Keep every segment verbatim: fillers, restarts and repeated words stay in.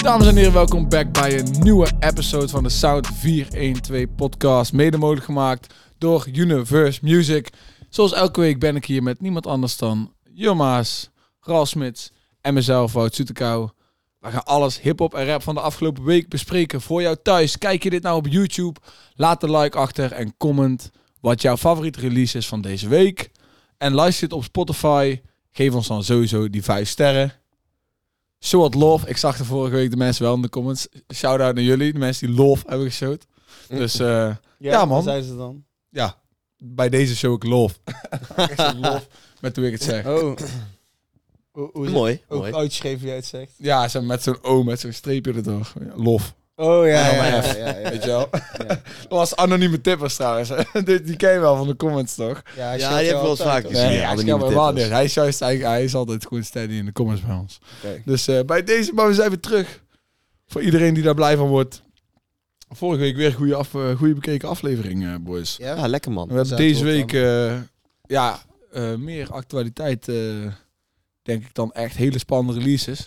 Dames en heren, welkom back bij een nieuwe episode van de Sound vier een twee podcast. Mede mogelijk gemaakt door Universe Music. Zoals elke week ben ik hier met niemand anders dan Jomaas, Ralf Smits en mezelf, Wout Soetekau. We gaan alles hip-hop en rap van de afgelopen week bespreken voor jou thuis. Kijk je dit nou op YouTube? Laat een like achter en comment wat jouw favoriete release is van deze week. En luister dit op Spotify. Geef ons dan sowieso die vijf sterren. Show what love. Ik zag de vorige week de mensen wel in de comments. Shout-out naar jullie, de mensen die love hebben geshowd. Dus uh, ja, ja man. Wat zeiden ze dan? Ja, bij deze show ik love. love met hoe ik het zeg. Oh. Hoe, hoe mooi, ook mooi. uitgeschreven jij het zegt. Ja, zo met zo'n O, met zo'n streepje erdoor. Ja, love. Oh ja, Ja, ja, maar ja, F, ja, ja, ja. weet je wel. Ja. Dat was anonieme tippers trouwens. die, die ken je wel van de comments toch? Ja, hij Ja, scheldt die jou heb ik wel eens altijd, vaak hoor. gezien. Nee, ja, hij, anonieme is helemaal tippers. niet. hij is juist eigenlijk, hij is altijd gewoon steady in de comments bij ons. Okay. Dus uh, bij deze, maar we zijn weer terug. Voor iedereen die daar blij van wordt. Vorige week weer een goede, af, uh, goede bekeken aflevering, uh, boys. Ja? Ja, lekker man. We hebben zaten deze we week op uh, ja, uh, meer actualiteit, uh, denk ik dan echt hele spannende releases.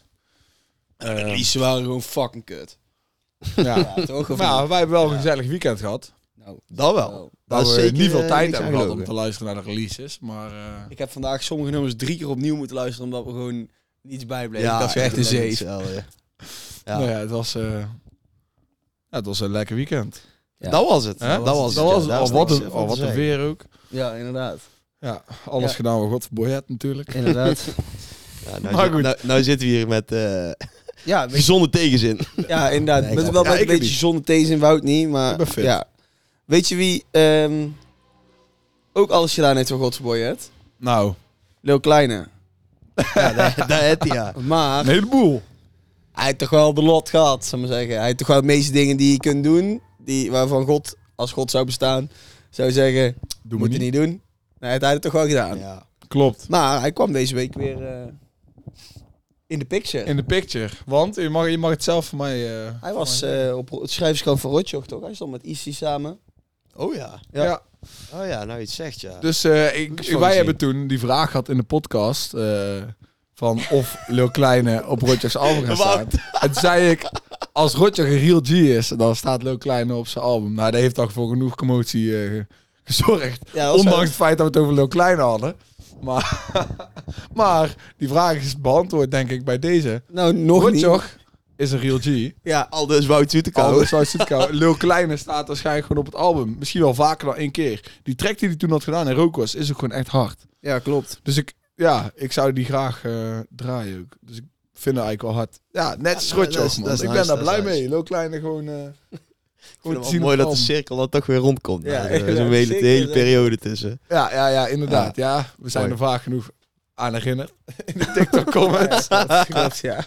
Uh, Die waren gewoon fucking kut. ja, Ja, toch? Of nou, niet? wij hebben wel een Ja. gezellig weekend gehad. Nou, Dat wel. wel. Dat, is we zeker, niet veel uh, tijd niks hebben gehad om aangelogen. te luisteren naar de releases. Maar uh, Ik heb vandaag sommige nummers drie keer opnieuw moeten luisteren, omdat we gewoon niets bijbleven. Ja, dat is echt een zeef. Ja. ja. Nou ja, het was, uh, ja, het was een lekker weekend. Ja. Dat was het. Hè? Dat was dat het. was ja. het. Daar Al is wat niks een, van al te wat een zeggen. weer ook. Ja, inderdaad. Ja, alles Ja. gedaan wat God voor hebt natuurlijk. Inderdaad. Ja, nou, Maar zit- goed. Nou, nou zitten we hier met uh, ja, weet je, gezonde tegenzin. ja, inderdaad. Nee, Met, ik- wel ja, met ik een beetje niet. zonder these in Wout niet, maar Ik ben fit. ja. Weet je wie um, ook alles gedaan heeft voor God's Boy het? Nou, Lil Kleine. Ja, daar, daar heeft hij, ja. Maar een heleboel. hij heeft toch wel de lot gehad, zou ik maar zeggen. Hij heeft toch wel de meeste dingen die je kunt doen, die, waarvan God, als God zou bestaan, zou zeggen, Doe moet maar je niet. niet doen. Nee, hij heeft het toch wel gedaan. Ja. Klopt. Maar hij kwam deze week weer uh, in de picture. In de picture. Want je mag, je mag het zelf voor mij... Uh, hij was voor mij uh, op het schrijverskamp van Rotjoch, toch? Hij stond met Issy samen. Oh ja. ja. ja. Oh ja, nou iets zegt, ja. Dus uh, ik, Moet ik ik- zo wij zien. hebben toen die vraag gehad in de podcast... Uh, van of Lil Kleine op Rotjoch's album gaat staan. En toen zei ik... Als Rotjoch een real G is, dan staat Lil Kleine op zijn album. Nou, dat heeft toch voor genoeg commotie uh, gezorgd. Ja, dat was Ondanks wel- het feit dat we het over Lil Kleine hadden. Maar, maar die vraag is beantwoord, denk ik, bij deze. Nou, nog niet. Rotjoch is een real G. Ja, Al dus Wout Soetekau. Alles zou Soetekau. Lil Kleine staat waarschijnlijk gewoon op het album. Misschien wel vaker dan één keer. Die track die hij toen had gedaan in Rokos is ook gewoon echt hard. ja, klopt. Dus ik, ja, ik zou die graag uh, draaien ook. Dus ik vind het eigenlijk wel hard. Ja, net als Ja, Rotjoch, dat is- man. dat is Ik nice, ben daar dat is blij nice. mee. Lil Kleine gewoon... Uh, Ik gewoon vind te het zien wel mooi op dat de het cirkel dan toch weer rondkomt. Ja, Ja, ja, Zo'n hele, de zeker, hele zeker. periode tussen. Ja, ja, ja, inderdaad. Ja, we zijn Mooi. er vaak genoeg aan herinnerd. In de TikTok-comments. Ja, klopt, ja.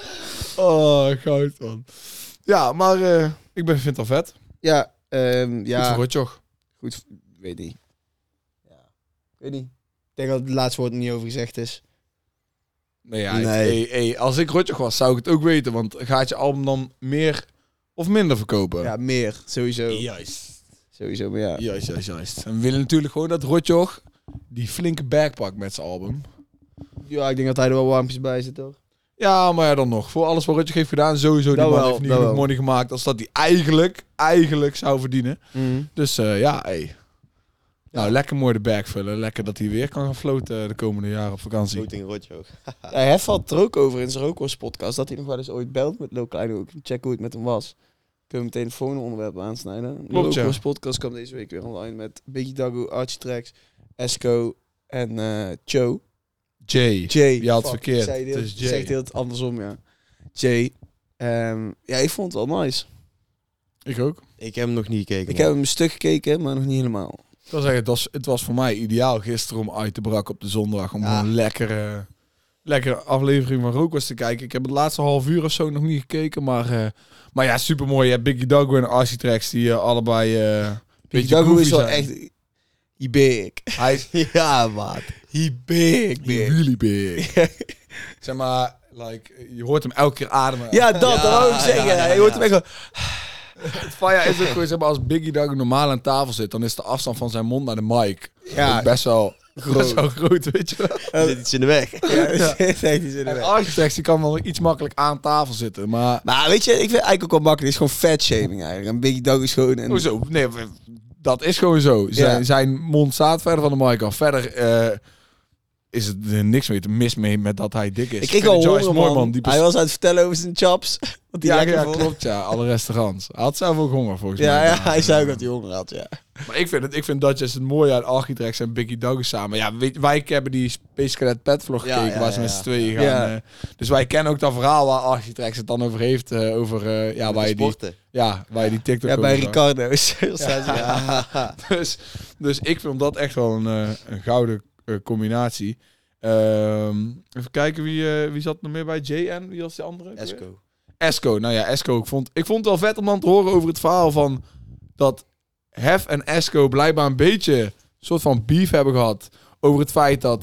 Oh, goud, man. Ja, maar uh, ik ben, vind het al vet. Ja, um, Goed ja. voor Rotjoch. Goed, weet niet. Ja, weet niet. Ik denk dat het laatste woord er niet over gezegd is. Nee, ja, Nee. Ik, hey, hey, als ik Rotjoch was, zou ik het ook weten. Want gaat je album dan meer of minder verkopen? Ja, meer. Sowieso. Juist. Sowieso, maar ja. Juist, juist, juist. En we willen natuurlijk gewoon dat Rotjoch die flinke bag pakt met zijn album. Ja, ik denk dat hij er wel warmpjes bij zit, toch? Ja, maar ja, dan nog. Voor alles wat Rotjoch heeft gedaan, sowieso. Die Dat man wel, heeft niet dat genoeg wel. money gemaakt als dat hij eigenlijk, eigenlijk zou verdienen. Mm. Dus uh, ja, hey. Nou, lekker mooi de bag vullen. Lekker dat hij weer kan gaan floten de komende jaren op vakantie. Floating Rotjoch. Hij heeft het er ook over in zijn Rookworst podcast, dat hij nog wel eens ooit belt met Lil Kleine ook. Check hoe het met hem was. Kunnen we meteen het volgende onderwerp aansnijden. De Klopt, ja. Rookworst podcast kwam deze week weer online met Biggie Dago, Archie Trax, Esco en uh, Cho. Jay. Jay. Je had het Fuck, verkeerd. Ik zei Het heel, is ik Jay. zeg het heel andersom, ja. Jay. Um, ja, ik vond het wel nice. Ik ook. Ik heb hem nog niet gekeken. Ik man. heb hem een stuk gekeken, maar nog niet helemaal. Ik wil zeggen, het was, het was voor mij ideaal gisteren om uit te braken op de zondag. Om Ja. een lekkere, lekkere aflevering van Rookworst te kijken. Ik heb het laatste half uur of zo nog niet gekeken. Maar, uh, maar ja, supermooi. Je hebt Biggie Dago en Archie Trax die uh, allebei... Uh, Biggie Dago is wel echt... He big. Hij is Ja, maat. He big, big. really big. Zeg maar, like, je hoort hem elke keer ademen. Ja, dat, Ja, dat wou ik zeggen. ja, ja, Je hoort ja. hem echt gewoon... Het fire is ook gewoon, zeg maar, als Biggie Dago normaal aan tafel zit, dan is de afstand van zijn mond naar de mic Ja. ook best wel Dat is wel groot, weet je wel. Er zit iets in de weg. Ja, dat is echt iets in de En weg. Architects, die kan wel iets makkelijk aan tafel zitten, maar... Maar weet je, ik vind het eigenlijk ook wel makkelijk. Het is gewoon fat shaming eigenlijk. Een Biggie Dog is gewoon... Een... Hoezo? Nee, dat is gewoon zo. Zijn, Ja. zijn mond staat verder van de mic af. Verder eh, is het er niks mee te mis mee met dat hij dik is. Ik kreeg vind al Joyce honger, Moorman, man. die Hij was aan het vertellen over zijn chops. Wat hij ja, lekker ja, vond. klopt, ja. Alle restaurants. Hij had zelf ook honger, volgens Ja, mij. ja, hij zei ook dat hij honger had, ja. Maar ik vind het, ik vind dat je het mooie aan Architects en Biggie Douglas samen. Ja, weet, wij hebben die Space Cadet Pet vlog Ja, gekeken, ja, waar ze ja, met ja. z'n tweeën gaan. Ja. eh, dus wij kennen ook dat verhaal waar Architects het dan over heeft. eh, over, eh, ja, waar je die, Sporten. ja, waar je die TikTok Ja, bij over zag. Ricardo's. Ja. Dus, dus ik vind dat echt wel een, eh, een gouden eh, combinatie. Ehm, even kijken, wie, eh, wie zat er nog meer bij? J en wie was die andere? Esco. Esco. Nou ja, Esco. Ik vond, ik vond het wel vet om dan te horen over het verhaal van dat Hef en Esco blijkbaar een beetje een soort van beef hebben gehad over het feit dat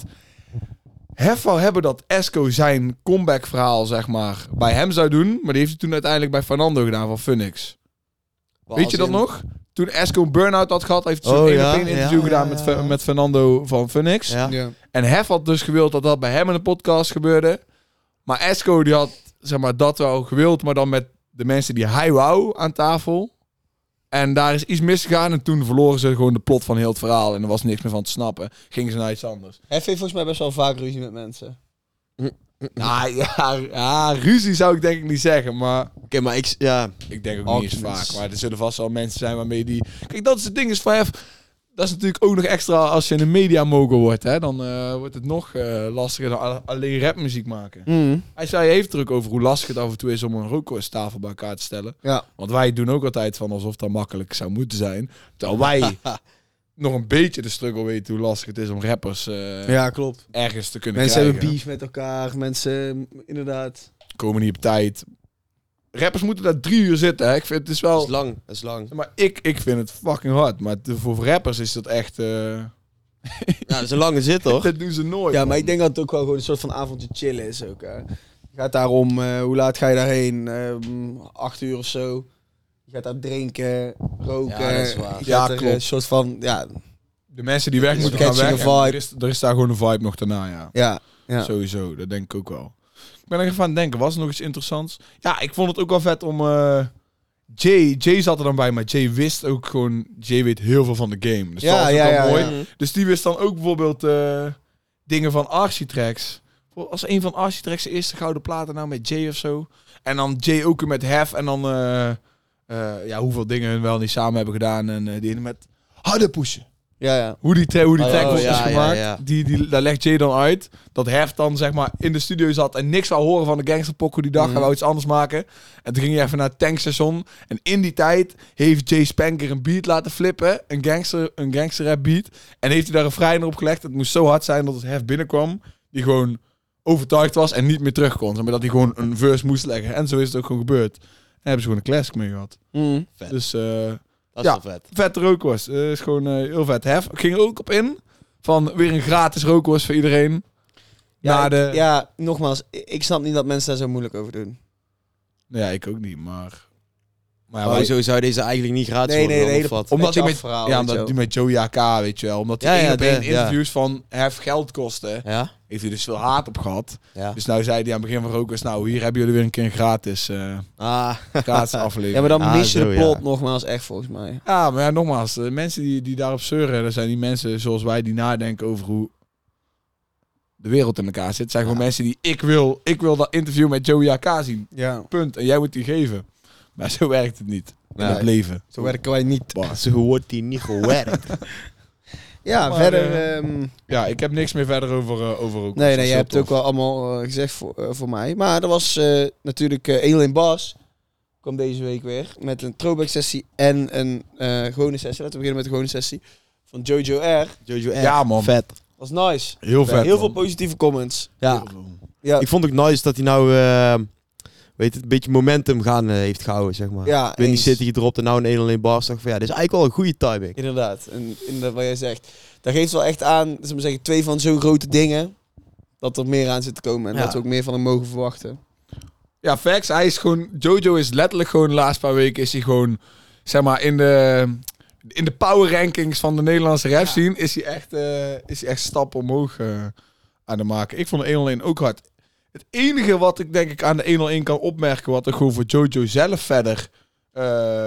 Hef wou hebben dat Esco zijn comeback verhaal, zeg maar, bij hem zou doen. Maar die heeft hij toen uiteindelijk bij Fernando gedaan van Phoenix. Weet je dat nog? Toen Esco een burn-out had gehad, heeft hij zo'n Oh, één ja, op één interview ja, gedaan ja, met, ja. Fe- met Fernando van Phoenix. Ja. Ja. En Hef had dus gewild dat dat bij hem in de podcast gebeurde. Maar Esco die had, zeg maar, dat wel gewild, maar dan met de mensen die hij wou aan tafel. En daar is iets misgegaan en toen verloren ze gewoon de plot van heel het verhaal. En er was niks meer van te snappen. Gingen ze naar iets anders. Hij heeft volgens mij best wel vaak ruzie met mensen. Nou ja, ja, ruzie zou ik denk ik niet zeggen, maar Oké, maar ik... Ja. ik denk ook niet eens Arguments. vaak. Maar er zullen vast wel mensen zijn waarmee die... Kijk, dat is het ding is van Hef. Dat is natuurlijk ook nog extra als je een mediamogul wordt. Hè? Dan eh, wordt het nog eh, lastiger dan a- alleen rapmuziek maken. Mm. Hij zei, hij heeft er ook over hoe lastig het af en toe is om een rookworst-tafel bij elkaar te stellen. Ja. Want wij doen ook altijd van alsof dat makkelijk zou moeten zijn. Terwijl wij nog een beetje de struggle weten hoe lastig het is om rappers eh, Ja, klopt. ergens te kunnen Mensen krijgen. hebben beef met elkaar. Mensen, inderdaad. Komen niet op tijd. Rappers moeten daar drie uur zitten. Hè? Ik vind het is Dat wel... is lang. Dat is lang. Maar ik, ik vind het fucking hard. Maar de- voor rappers is dat echt... eh Ja, dat is een lange zit, toch? dat doen ze nooit. Ja, maar man. ik denk dat het ook wel gewoon een soort van avondje chillen is ook. Hè. Je gaat daarom, eh, hoe laat ga je daarheen? Ehm, acht uur of zo. Je gaat daar drinken, roken. Ja, dat is waar. Je Ja, gaat er klopt. een soort van, ja, De mensen die weg Het is moeten gaan een weg. catching en vibe. Er is, er is daar gewoon een vibe nog daarna, ja. ja, ja. Sowieso, dat denk ik ook wel. Ik ben er even aan het denken, was er nog iets interessants? Ja, ik vond het ook wel vet om... eh, Jay, Jay zat er dan bij, maar Jay wist ook gewoon... Jay weet heel veel van de game. Dus Ja, dat was ook ja, wel ja, mooi. ja. Dus die wist dan ook bijvoorbeeld eh, dingen van Architrax. Als een van Architrax de eerste gouden platen nou met Jay of zo. En dan Jay ook weer met Hef. En dan eh, eh, ja, hoeveel dingen hun wel niet samen hebben gedaan. En eh, die ene met harde pushen. Ja, ja. Hoe die, tra- hoe die Oh, track oh, was ja, ja, gemaakt, ja. Die, die, daar legt Jay dan uit. Dat Hef dan zeg maar in de studio zat en niks wou horen van de gangsterpokoe die dag. Mhm. Hij wou iets anders maken. En toen ging hij even naar het tankstation. En in die tijd heeft Jay Spanker een beat laten flippen. Een gangster, een gangster rap beat. En heeft hij daar een refrein op gelegd. Het moest zo hard zijn dat het Hef binnenkwam. Die gewoon overtuigd was en niet meer terug kon. Maar dat hij gewoon een verse moest leggen. En zo is het ook gewoon gebeurd. En hebben ze gewoon een classic mee gehad. Mm. Vet. Dus... eh, Dat is Ja. wel vet. vet rookworst. Uh, is gewoon eh, heel vet. Hef ging er ook op in. Van weer een gratis rookworst voor iedereen. Ja, Na ik- de... ja, nogmaals, ik ik snap niet dat mensen daar zo moeilijk over doen. Nou ja, ik ook niet, maar... Maar ja, Maar wij- hoezo zou deze eigenlijk niet gratis Nee, worden? nee, dan, nee, of dat- wat? omdat Beetje hij met, afverhaal, ja, weet omdat je die met Joey A K, weet je wel. Omdat hij Ja, één ja, op één de- ja. interviews van Hef geld kostte. Ja? Heeft hij dus veel haat op gehad. Ja. Dus nou zei hij aan het begin van rookworst... Nou, hier hebben jullie weer een keer een gratis, eh Ah. gratis aflevering. Ja, maar dan Ah, mis je zo, de plot ja. nogmaals echt volgens mij. Ja, maar ja, nogmaals, de mensen die, die daarop zeuren, dat zijn die mensen zoals wij die nadenken over hoe de wereld in elkaar zit. Het zijn gewoon Ja. mensen die, ik wil, ik wil dat interview met Joey A K zien. Ja. Punt. En jij moet die geven. Maar zo werkt het niet. In Nee. het leven. Zo werken wij niet. Bah. Zo wordt die niet gewerkt. Ja, Maar, verder... eh, ehm, Ja, ik heb niks meer verder over, uh, over ook. nee, nee, je hebt het ook wel allemaal eh, gezegd voor, eh, voor mij. Maar er was eh, natuurlijk uh, Elin Bas. Kwam deze week weer. Met een throwback sessie en een eh, gewone sessie. Laten we beginnen met de gewone sessie. Van Jojo R. Jojo R. Ja, man. Vet. Was nice. Heel vet. Heel veel man. positieve comments. Ja. Ja, Ik vond ook nice dat hij nou, eh, weet het, een beetje momentum gaan eh, heeft gehouden, zeg maar. ja Winnie eens. City gedropt en nou een één alleen bars. Dacht van ja, dit is eigenlijk wel een goede timing. Inderdaad. En inderdaad wat jij zegt. Dat geeft wel echt aan, zullen we maar zeggen, twee van zo'n grote dingen. Dat er meer aan zit te komen. En Ja. dat we ook meer van hem mogen verwachten. Ja, facts. Hij is gewoon... Jojo is letterlijk gewoon de laatste paar weken is hij gewoon... Zeg maar in de... in de power rankings van de Nederlandse rap scene ja. is hij echt, uh, is hij echt stappen omhoog uh, aan het maken. Ik vond de honderdéén ook hard. Het enige wat ik denk ik aan de honderdéén kan opmerken, wat er gewoon voor Jojo zelf verder uh,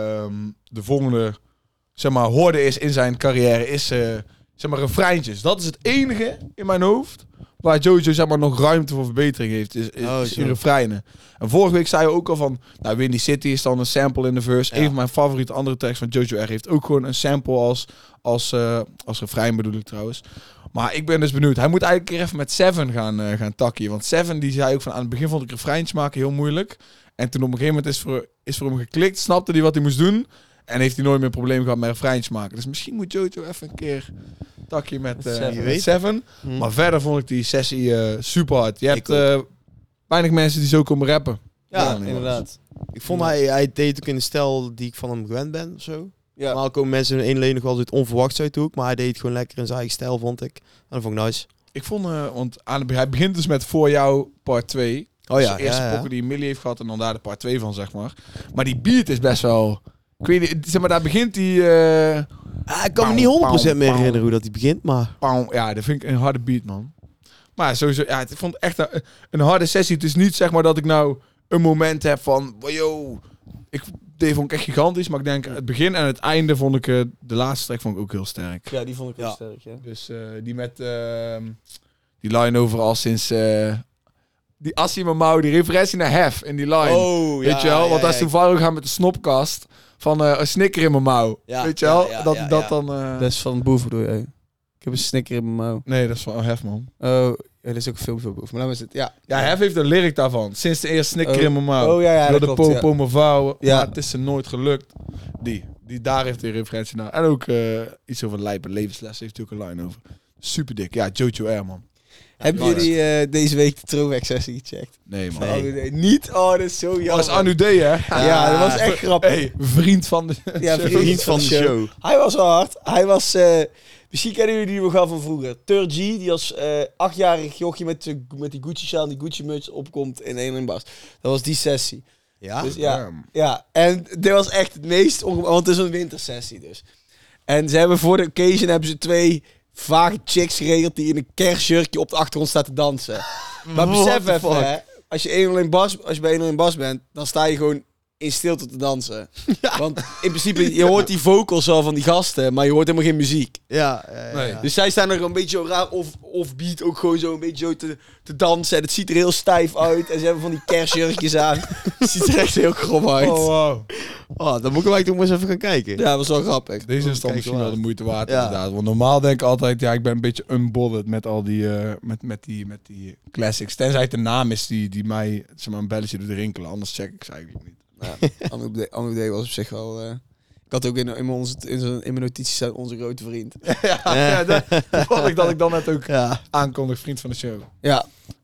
de volgende, zeg maar, hoorde is in zijn carrière, is uh, zeg maar refreintjes. Dat is het enige in mijn hoofd waar Jojo zeg maar nog ruimte voor verbetering heeft, is, is, oh, is in refreinen. En vorige week zei je ook al van, nou, Windy City is dan een sample in de verse. Ja. Een van mijn favoriete andere tracks van Jojo R heeft ook gewoon een sample als, als, uh, als refrein bedoel ik trouwens. Maar ik ben dus benieuwd. Hij moet eigenlijk een keer even met Seven gaan, uh, gaan takken. Want Seven die zei ook van, aan het begin vond ik refreintjes maken heel moeilijk. En toen op een gegeven moment is voor, is voor hem geklikt, snapte hij wat hij moest doen. En heeft hij nooit meer problemen gehad met refreintjes maken. Dus misschien moet Jojo even een keer takje met, uh, Seven. met Seven. Hmm. Maar verder vond ik die sessie uh, super hard. Je hebt uh, weinig mensen die zo komen rappen. Ja, ja inderdaad. Ik vond hij, hij deed ook in de stijl die ik van hem gewend ben of zo. Ja. Normaal komen mensen in één lane nog altijd onverwachts uit de hoek. Maar hij deed het gewoon lekker in zijn eigen stijl, vond ik. En dat vond ik nice. Ik vond, uh, want aan het, hij begint dus met Voor Jou part twee. Oh ja, dus de eerste ja, ja. pokken die Millie heeft gehad en dan daar de part twee van, zeg maar. Maar die beat is best wel... Ik weet niet, zeg maar, daar begint die... Uh... Ah, ik kan me niet honderd procent meer herinneren hoe dat die begint, maar... Ja, dat vind ik een harde beat, man. Maar sowieso, ja, ik vond het echt een, een harde sessie. Het is niet, zeg maar, dat ik nou een moment heb van... Yo, ik... Die vond ik echt gigantisch, maar ik denk het begin en het einde vond ik, uh, de laatste track vond ik ook heel sterk. Ja, die vond ik heel ja. sterk, ja. Dus uh, die met uh, die line overal sinds... Uh, die Assie Mamau, die referentie naar Hef in die line. Oh, weet ja, je wel? ja, Want dat ja, is toevallig gaan met de snopkast van uh, een snicker in mijn mouw. Ja, weet je wel? Ja, ja, dat, ja, dat ja. dan... Uh... Dat is van Boef, bedoel je? Ik heb een snicker in mijn mouw. Nee, dat is van Hef, man. Oh, ja, dat is ook een film van Boef. Maar dan is het, ja. Ja, Hef heeft een lyric daarvan. Sinds de eerste snicker oh. in mijn mouw. Oh ja, ja, wil dat de klopt, popo ja. me vouwen, ja. maar het is ze nooit gelukt. Die. Die daar heeft hij referentie naar. En ook uh, iets over lijpe levensles heeft hij ook een line over. Super dik. Ja, Jojo R, man. Hebben nice. jullie uh, deze week de throwback sessie gecheckt? Nee, man. Nee. Nee. Niet? Oh, dat is zo jammer. Dat was Anu D, hè? Ja, ja, dat was echt grappig. Hey, vriend van de ja, show. Vriend van de show. Hij was wel hard. Hij was... Uh, misschien kennen jullie die nog wel van vroeger. Tur G, die als uh, achtjarig jochje met, uh, met die Gucci-sjaal en die Gucci-muts opkomt in een bas. Dat was die sessie. Ja? Dus, ja, ja. En dit was echt het meest... Onge- want het is een wintersessie dus. En ze hebben voor de occasion hebben ze twee... vage chicks geregeld die in een kerstjurkje op de achtergrond staat te dansen. Maar besef even, hè, als je één alleen bas, als je bij één alleen bas bent, dan sta je gewoon in stilte te dansen. Ja. Want in principe, je hoort die vocals al van die gasten, maar je hoort helemaal geen muziek. Ja, ja, ja. Nee. Dus zij staan er een beetje zo raar of, of beat ook gewoon zo een beetje zo te, te dansen. En het ziet er heel stijf uit. En ze hebben van die kerstjurkjes aan. Het ziet er echt heel grof uit. Oh, wow. Oh, dan moet ik wel eens even gaan kijken. Ja, dat was wel grappig. Deze is dan Kijk, misschien waar. wel de moeite waard, Ja. inderdaad. Want normaal denk ik altijd, ja, ik ben een beetje unbothered met al die, uh, met, met die, met die classics. Tenzij het de naam is die, die mij, zeg maar, een belletje doet rinkelen. Anders check ik ze eigenlijk niet. Ja, Anu D was op zich wel... Uh, ik had ook in, in, onze, in, zijn, in mijn notities staan onze grote vriend. ja, ja, dat vond ik dat ik dan net ook Ja. aankondig, vriend van de show. Ja.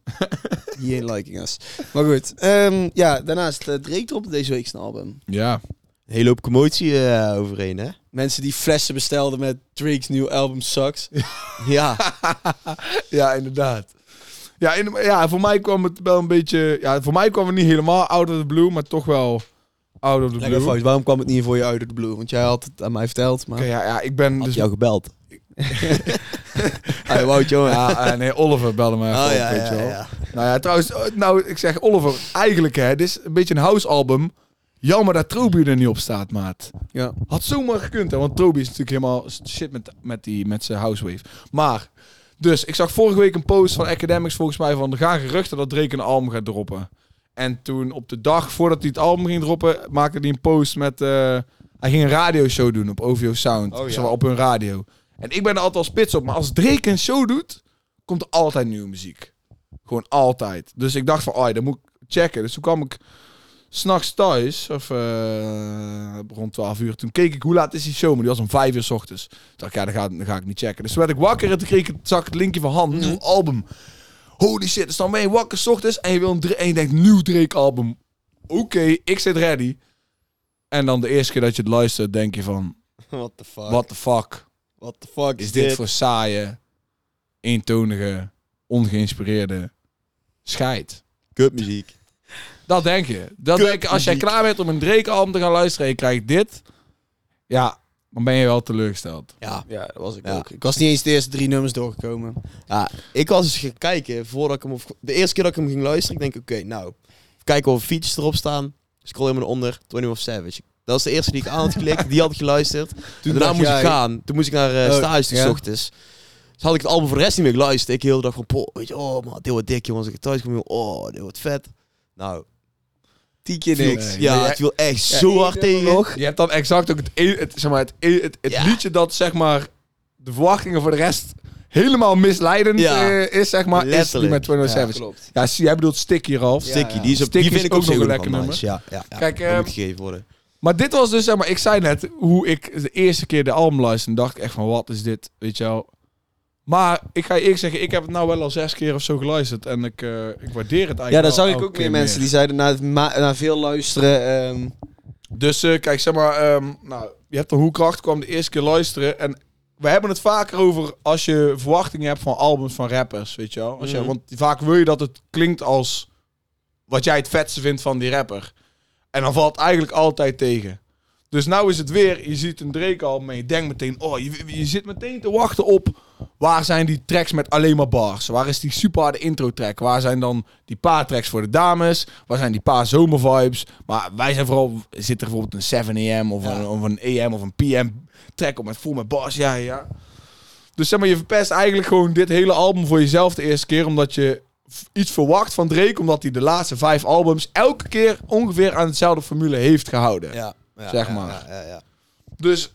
He ain't liking us. Maar goed. Um, ja, daarnaast uh, Drake erop deze week zijn album. Ja. Een hele hoop commotie uh, overheen, hè? Mensen die flessen bestelden met Drake's nieuw album Sucks. Ja. Ja, inderdaad. Ja, in, ja, voor mij kwam het wel een beetje... Ja, voor mij kwam het niet helemaal out of the blue, maar toch wel out of the Lekker blue. fout. Waarom kwam het niet voor je uit of the blue? Want jij had het aan mij verteld. Maar... Okay, ja, ja, ik ben Had dus... jou gebeld? Hey, Wout, jongen. Ja, uh, nee, Oliver belde me even Oh, op, ja, weet ja, je wel. ja. Nou ja, trouwens, nou, ik zeg Oliver, eigenlijk hè, dit is een beetje een house album. Jammer dat Trobi er niet op staat, maat. Ja. Had zomaar gekund, hè, want Trobi is natuurlijk helemaal shit met, met, die, met zijn housewave. Maar, dus, ik zag vorige week een post van Academics volgens mij van, er gaan geruchten dat Drake een album gaat droppen. En toen op de dag voordat hij het album ging droppen, maakte hij een post met, uh, hij ging een radioshow doen op O V O Sound, Oh, ja. zeg maar, op hun radio. En ik ben er altijd al spits op, maar als Drake een show doet, komt er altijd nieuwe muziek. Gewoon altijd. Dus ik dacht van, oh, dat moet ik checken. Dus toen kwam ik 's nachts thuis, of uh, rond twaalf uur. Toen keek ik, hoe laat is die show? Maar die was om vijf uur 's ochtends. Toen dacht ik, ja, dan ga, dan ga ik niet checken. Dus toen werd ik wakker en toen kreeg ik, zag ik het linkje van Han, nieuw album. Holy shit, dus dan ben je wakker 's ochtends en je, wil een Dra- en je denkt, nieuw Drake album. Oké, okay, ik zit ready. En dan de eerste keer dat je het luistert, denk je van, What the fuck? what the fuck? What the fuck Is dit voor saaie, eentonige, ongeïnspireerde scheid? Kutmuziek. Dat denk je. Dat denk je, als jij klaar bent om een Drake-album te gaan luisteren en je krijgt dit. Ja, Maar ben je wel teleurgesteld? Ja. Ja, dat was ik Ja. ook. Ik was niet eens de eerste drie nummers doorgekomen. ja, ik was eens gaan kijken voordat ik hem... Of, de eerste keer dat ik hem ging luisteren, ik denk, oké, okay, nou... Even kijken of features erop staan. Scroll helemaal naar onder, twenty-one Savage. Dat was de eerste die ik aan had geklikt, die had ik geluisterd. Toen daarna moest jij... ik gaan. Toen moest ik naar uh, Oh, stage toe, ja. 's ochtends. Dus had ik het album voor de rest niet meer geluisterd. Ik heel de dag van, poh, weet je, oh man, dit wordt dik, jongens. Als ik thuis kom, oh, dit wordt vet. Nou... Tien keer viel- niks. Nee. Ja, Nee, het viel echt Ja, zo één hard nummer tegen. nog. Je hebt dan exact ook het, e- het, zeg maar, het, e- het, het Ja. liedje dat zeg maar de verwachtingen voor de rest helemaal misleidend Ja. eh, is, zeg maar, is die Letterlijk. met twenty-one Ja, Savage. klopt. Ja, zie, jij bedoelt Sticky, Ralf. Ja. Sticky, die, is op, Sticky die vind is ik ook ook nog zo een goed lekker van nice. Ja, ja, ja. Kijk, dat eh, moet gegeven worden. Maar dit was dus, zeg maar, ik zei net hoe ik de eerste keer de album luisterde, dacht ik echt van, wat is dit, weet je wel. Maar ik ga je eerlijk zeggen, ik heb het nou wel al zes keer of zo geluisterd en ik, uh, ik waardeer het eigenlijk Ja, dan wel zag ik elke ook keer meer mensen die zeiden na, het ma- na veel luisteren... ehm, Dus uh, kijk, zeg maar, ehm, nou, je hebt de Hoe Kracht kwam de eerste keer luisteren en we hebben het vaker over als je verwachtingen hebt van albums van rappers, weet je wel. Als je, Mhm. Want vaak wil je dat het klinkt als wat jij het vetste vindt van die rapper. En dan valt het eigenlijk altijd tegen. Dus nou is het weer, je ziet een Drake album en je denkt meteen, oh, je, je zit meteen te wachten op waar zijn die tracks met alleen maar bars? Waar is die super harde intro track? Waar zijn dan die paar tracks voor de dames? Waar zijn die paar zomervibes? Maar wij zijn vooral, zit er bijvoorbeeld een seven a m of, Ja. een, of een A M of een P M track op met vol met bars? Ja, ja. Dus zeg maar, je verpest eigenlijk gewoon dit hele album voor jezelf de eerste keer, omdat je f- iets verwacht van Drake, omdat hij de laatste vijf albums elke keer ongeveer aan hetzelfde formule heeft gehouden. Ja, ja, Zeg ja, maar. Ja, ja, ja. Dus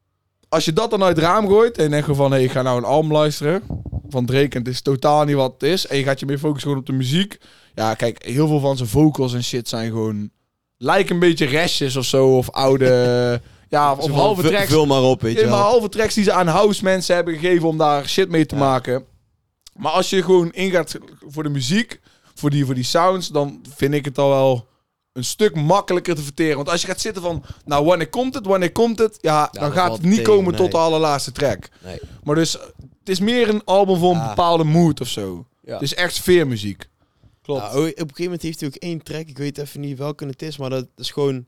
als je dat dan uit het raam gooit en je denkt van, hé, hey, ik ga nou een album luisteren van Drake en het is totaal niet wat het is, en je gaat je meer focussen gewoon op de muziek. Ja, kijk, heel veel van zijn vocals en shit zijn gewoon, lijken een beetje restjes of zo, of oude, ja, of, of Zo halve van, tracks. Vul maar op, weet je Ja, maar wel. halve tracks die ze aan house mensen hebben gegeven om daar shit mee te Ja. maken. Maar als je gewoon ingaat voor de muziek, voor die, voor die sounds, dan vind ik het al wel een stuk makkelijker te verteren. Want als je gaat zitten van, nou, wanneer komt het, wanneer komt het? Ja, Ja, dan dat gaat valt het niet tegen, komen nee. tot de allerlaatste track. Nee. Maar dus, het is meer een album voor een Ja. bepaalde mood of zo. Ja. Het is echt sfeermuziek. Klopt. Nou, op een gegeven moment heeft hij ook één track. Ik weet even niet welke het is, maar dat is gewoon...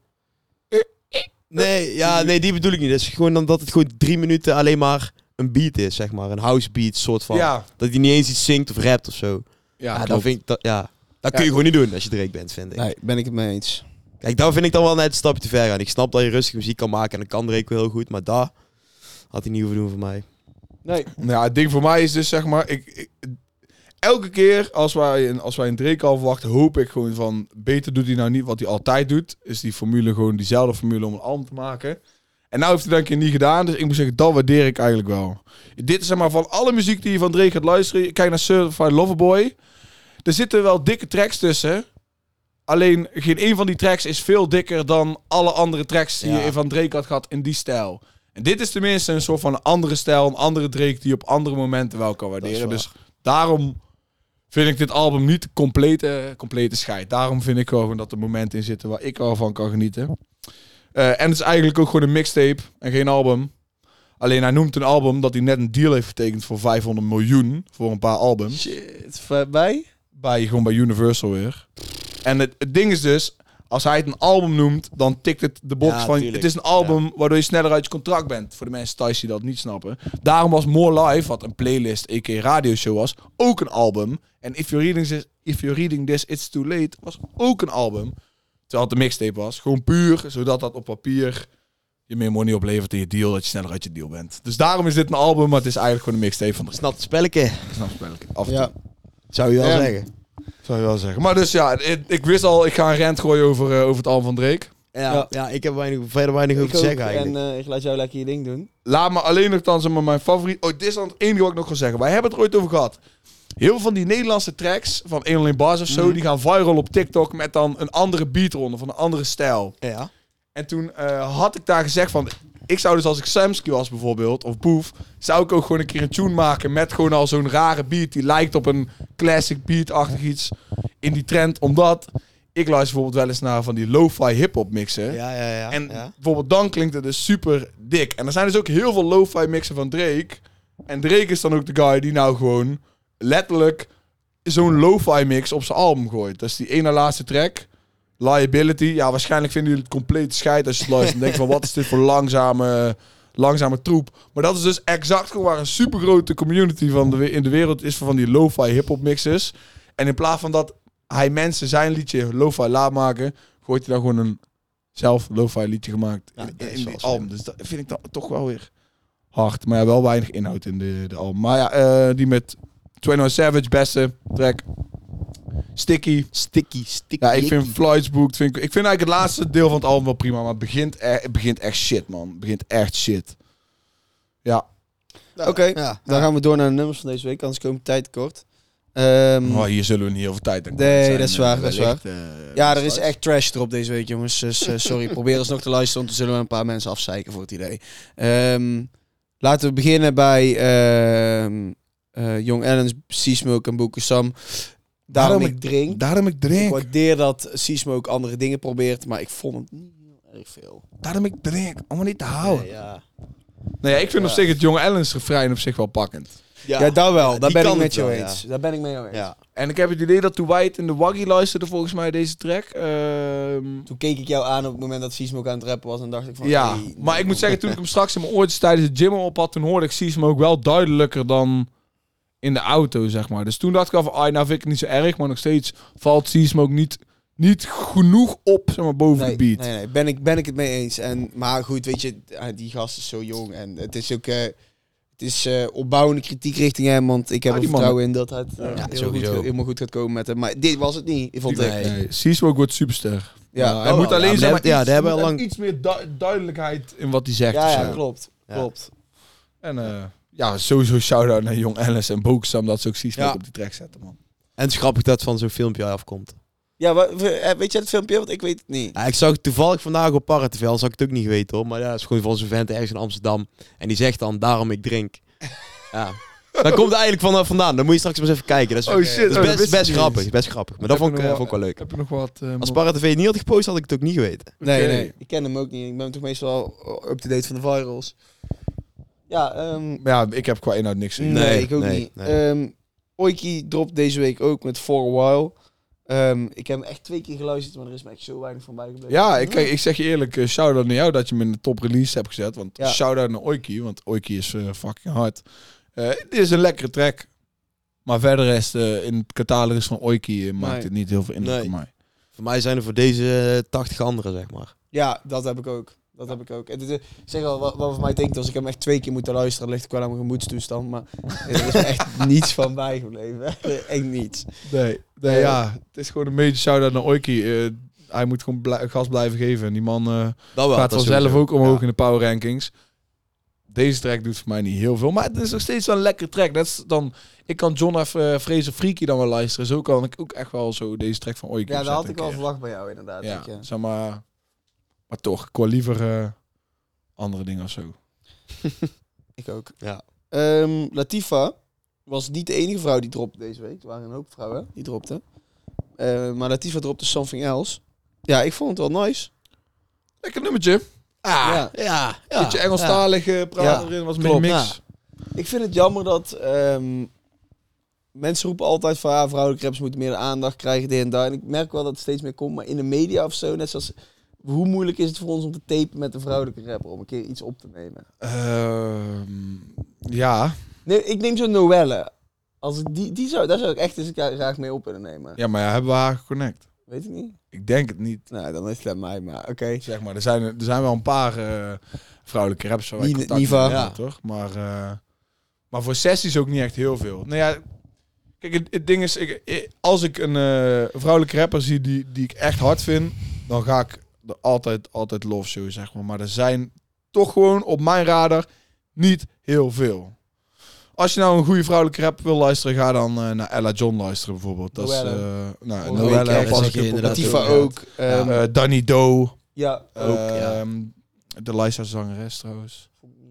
Nee, ja, nee, die bedoel ik niet. Het is gewoon omdat het gewoon drie minuten alleen maar een beat is, zeg maar. Een house beat, soort van. Ja, Dat hij niet eens iets zingt of rapt of zo. ja, Ja, dan klopt. vind ik dat, ja. Dat Ja. kun je gewoon niet doen als je Drake bent, vind ik. Nee, ben ik het mee eens. Kijk, daar vind ik dan wel net een stapje te ver gaan. Ik snap dat je rustig muziek kan maken en dat kan Drake wel heel goed, maar daar had hij niet hoeven doen voor mij. Nee. Ja, het ding voor mij is dus, zeg maar, ik, ik- elke keer als wij, een- als wij een Drake al verwachten, hoop ik gewoon van, beter doet hij nou niet wat hij altijd doet. Is die formule gewoon diezelfde formule om een album te maken. En nou heeft hij dat een keer niet gedaan, dus ik moet zeggen, dat waardeer ik eigenlijk wel. Dit is zeg maar van alle muziek die je van Drake gaat luisteren, kijk naar Certified Lover Boy. Er zitten wel dikke tracks tussen. Alleen geen één van die tracks is veel dikker dan alle andere tracks die Ja. je van Drake had gehad in die stijl. En dit is tenminste een soort van een andere stijl, een andere Drake die je op andere momenten wel kan waarderen. waar. Dus daarom vind ik dit album niet de complete, complete scheid. Daarom vind ik gewoon dat er momenten in zitten waar ik wel van kan genieten. Eh, en het is eigenlijk ook gewoon een mixtape en geen album. Alleen hij noemt een album dat hij net een deal heeft getekend voor vijfhonderd miljoen voor een paar albums. Shit. Voorbij? Bij, gewoon bij Universal weer. En het, het ding is dus, als hij het een album noemt, dan tikt het de box Ja, van... tuurlijk. Het is een album waardoor je sneller uit je contract bent. Voor de mensen thuis die dat niet snappen. Daarom was More Live, wat een playlist, a k a radioshow was, ook een album. En If You're Reading This, If You're Reading This It's Too Late was ook een album. Terwijl het een mixtape was. Gewoon puur, zodat dat op papier je meer money oplevert in je deal, dat je sneller uit je deal bent. Dus daarom is dit een album, maar het is eigenlijk gewoon een mixtape van de Snap het spelletje, snapspelletje. Af en Ja. toe. zou je wel Ja. zeggen. Zou je wel zeggen. Maar dus ja, ik, ik wist al, ik ga een rant gooien over, uh, over het album van Drake. Ja, Ja. ja. ik heb weinig, verder weinig over Ik te ook. zeggen eigenlijk. En uh, ik laat jou lekker je ding doen. Laat me alleen nog dan zeg maar, mijn favoriet... Oh, dit is dan het enige wat ik nog ga zeggen. Wij hebben het er ooit over gehad. Heel veel van die Nederlandse tracks van één alleen Bars of zo, Mhm. die gaan viral op TikTok met dan een andere beat eronder, van een andere stijl. Ja. En toen uh, had ik daar gezegd van... Ik zou dus als ik Samsky was bijvoorbeeld, of Boef, zou ik ook gewoon een keer een tune maken met gewoon al zo'n rare beat die lijkt op een classic beat-achtig iets in die trend. Omdat ik luister bijvoorbeeld wel eens naar van die lo-fi hip-hop mixen. Ja, ja, ja. En ja. bijvoorbeeld dan klinkt het dus super dik. En er zijn dus ook heel veel lo-fi mixen van Drake. En Drake is dan ook de guy die nou gewoon letterlijk zo'n lo-fi mix op zijn album gooit. Dat is die ene laatste track. Liability. Ja, waarschijnlijk vinden jullie het compleet scheid als je het luistert. En denken van, wat is dit voor langzame, langzame troep. Maar dat is dus exact gewoon waar een supergrote community van de, in de wereld is van die lo-fi hip-hop mixes. En in plaats van dat hij mensen zijn liedje lo-fi laat maken, gooit hij dan gewoon een zelf lo-fi liedje gemaakt Ja, in, dat in is die wel album. slim. Dus dat vind ik dan toch wel weer hard. Maar ja, wel weinig inhoud in de, de album. Maar ja, uh, die met eenentwintig Savage, beste track. Sticky. Sticky, sticky. Ja, ik vind Flights Booked, vind ik, ik vind eigenlijk het laatste deel van het album wel prima, maar het begint, e- het begint echt shit, man. Het begint echt shit. Ja. Oké, okay, ja. dan gaan we door naar de nummers van deze week, anders komen we tijd tekort. Um, Oh, hier zullen we niet heel veel tijd aan nee, zijn, dat is waar, uh, dat is wellicht, waar. Uh, ja, er is echt trash erop deze week, jongens. Dus uh, sorry, probeer eens nog te luisteren, want dan zullen we een paar mensen afzeiken voor het idee. Um, laten we beginnen bij uh, uh, Young Ellens, C-Smoke en Boku Sam. Daarom, daarom ik drink. Daarom ik drink. Ik waardeer dat C-Smoke andere dingen probeert, maar ik vond het niet heel erg veel. Daarom ik drink, om me niet te houden. Nee, ja. Nou ja, ik vind ja. op zich het Young Ellens refrein op zich wel pakkend. Ja, ja daar wel. Ja, daar ben ik met wel, jou ja. eens. Daar ben ik mee jou eens. Ja. En ik heb het idee dat toen White in de Waggy luisterde volgens mij deze track. Um, toen keek ik jou aan op het moment dat C-Smoke aan het rappen was en dacht ik van... Ja, hey, maar ik moet zeggen, toen ik hem straks in mijn oortjes tijdens de gym op had, toen hoorde ik C-Smoke wel duidelijker dan in de auto, zeg maar. Dus toen dacht ik al van, ah, nou vind ik het niet zo erg, maar nog steeds valt C-Smoke niet, niet genoeg op, zeg maar, boven nee, de beat. Nee, nee, ben ik, ben ik het mee eens. En, maar goed, weet je, die gast is zo jong en het is ook... Uh, Het is uh, opbouwende kritiek richting hem, want ik heb ah, er vertrouwen in dat het uh, ja, heel, goed, helemaal goed gaat komen met hem. Maar dit was het niet, vond Nee. ik. Nee, C-Smoke wordt superster. Ja, Ja, hij oh, moet ja, alleen maar zeg maar, dat- ja, iets, daar hebben we moet lang- iets meer du- duidelijkheid in wat hij zegt. Ja, of ja, zo. klopt. Ja. klopt. En uh, ja, sowieso shout-out naar Young Alice en Bokusam dat ze ook C-Smoke Ja. op die track zetten, man. En het is grappig dat van zo'n filmpje afkomt. Ja, wa- we- weet jij het filmpje? Want ik weet het niet. Ja, ik zag het toevallig vandaag op Parativel, zag ik het ook niet weten hoor. Maar ja, het is gewoon van zo'n vent ergens in Amsterdam. En die zegt dan, daarom ik drink. Ja. Daar komt het eigenlijk vanaf vandaan. Dan moet je straks maar eens even kijken. Dat is, Oh, shit. dat Oh, is dat best, wist ik best niet grappig. eens. Best grappig. Maar dat Heb vond je ik, nog uh, vond ik wel leuk. Heb je nog wat? Uh, Als mo- Parativel het niet had gepost, had ik het ook niet geweten. Nee, Oké. nee. Ik ken hem ook niet. Ik ben toch meestal up-to-date van de virals. Ja, um, Ja, ik heb qua inhoud niks. nee, gezien. Nee, ik ook nee, niet. nee. Um, Oiki dropt deze week ook met For A While. Um, ik heb hem echt twee keer geluisterd, maar er is me echt zo weinig van bijgebleven. Ja, ik, kijk, ik zeg je eerlijk, uh, shout-out naar jou dat je hem in de top release hebt gezet. Want Ja. shout-out naar Oiki, want Oiki is uh, fucking hard. Uh, dit is een lekkere track. Maar verder is het, uh, in het catalogus van Oiki uh, maakt Nee. het niet heel veel indruk Nee. op mij. Voor mij zijn er voor deze uh, tachtig anderen, zeg maar. Ja, dat heb ik ook. Dat heb ik ook. Het is, ik zeg al, wat, wat voor mij denkt, als ik hem echt twee keer moet luisteren, dan ligt ik wel aan mijn gemoedstoestand. Maar er is me echt niets van bijgebleven. Echt niets. Nee, nee Uh, ja, het is gewoon een beetje shout-out naar Oiki. Uh, hij moet gewoon bl- gas blijven geven. En die man uh, Dat wel. gaat dat vanzelf sowieso. ook omhoog Ja. in de power rankings. Deze track doet voor mij niet heel veel. Maar het is nog steeds wel een lekker track. Dat is dan, ik kan John F. Uh, Fraser Freaky dan wel luisteren. Zo kan ik ook echt wel zo deze track van Oiki Ja, dat had opzetten ik wel een keer. verwacht bij jou inderdaad. Ja, Ik, ja. zeg maar. Maar toch, ik wil liever uh, andere dingen of zo. ik ook. Ja. Um, Latifa was niet de enige vrouw die dropte deze week. Er waren een hoop vrouwen die dropten. Uh, maar Latifa dropte Something Else. Ja, ik vond het wel nice. Lekker nummertje. Ah, Ja. ja. ja, ja. Beetje Engelstalig uh, praten Ja, erin. Was een klopt. beetje mix. Ik vind het jammer dat um, mensen roepen altijd van ja, vrouwelijke rappers moeten meer aandacht krijgen, dit en dat. En ik merk wel dat het steeds meer komt, maar in de media of zo, net zoals, hoe moeilijk is het voor ons om te tapen met een vrouwelijke rapper, om een keer iets op te nemen? Ehm, ja. Nee, ik neem zo'n Noelle. Als ik die, die zou, daar zou ik echt eens graag mee op willen nemen. ja, maar ja, hebben we haar geconnect? Weet ik niet. Ik denk het niet. Nou, dan is het aan mij, maar oké. Okay. Zeg maar, er zijn, er zijn wel een paar uh, vrouwelijke rappers waar wij Ni- contact Niva. mee hebben, Ja. toch? Maar, uh, maar voor sessies ook niet echt heel veel. Nou ja, kijk, het, het ding is, ik, ik- als ik een uh, vrouwelijke rapper zie die, die ik echt hard vind, dan ga ik er altijd, altijd love show, zeg maar. Maar er zijn toch gewoon op mijn radar niet heel veel. Als je nou een goede vrouwelijke rap wil luisteren, ga dan uh, naar Ella John luisteren bijvoorbeeld. Dat is, Noelle. uh, nou, Oh, Noelle, ik- of ja, als zeg ik je op- inderdaad Latifa ook, ook. ja. Um, Uh, Danny Doe. ja, Ook, Ehm, ja. De Lysa zangeres trouwens.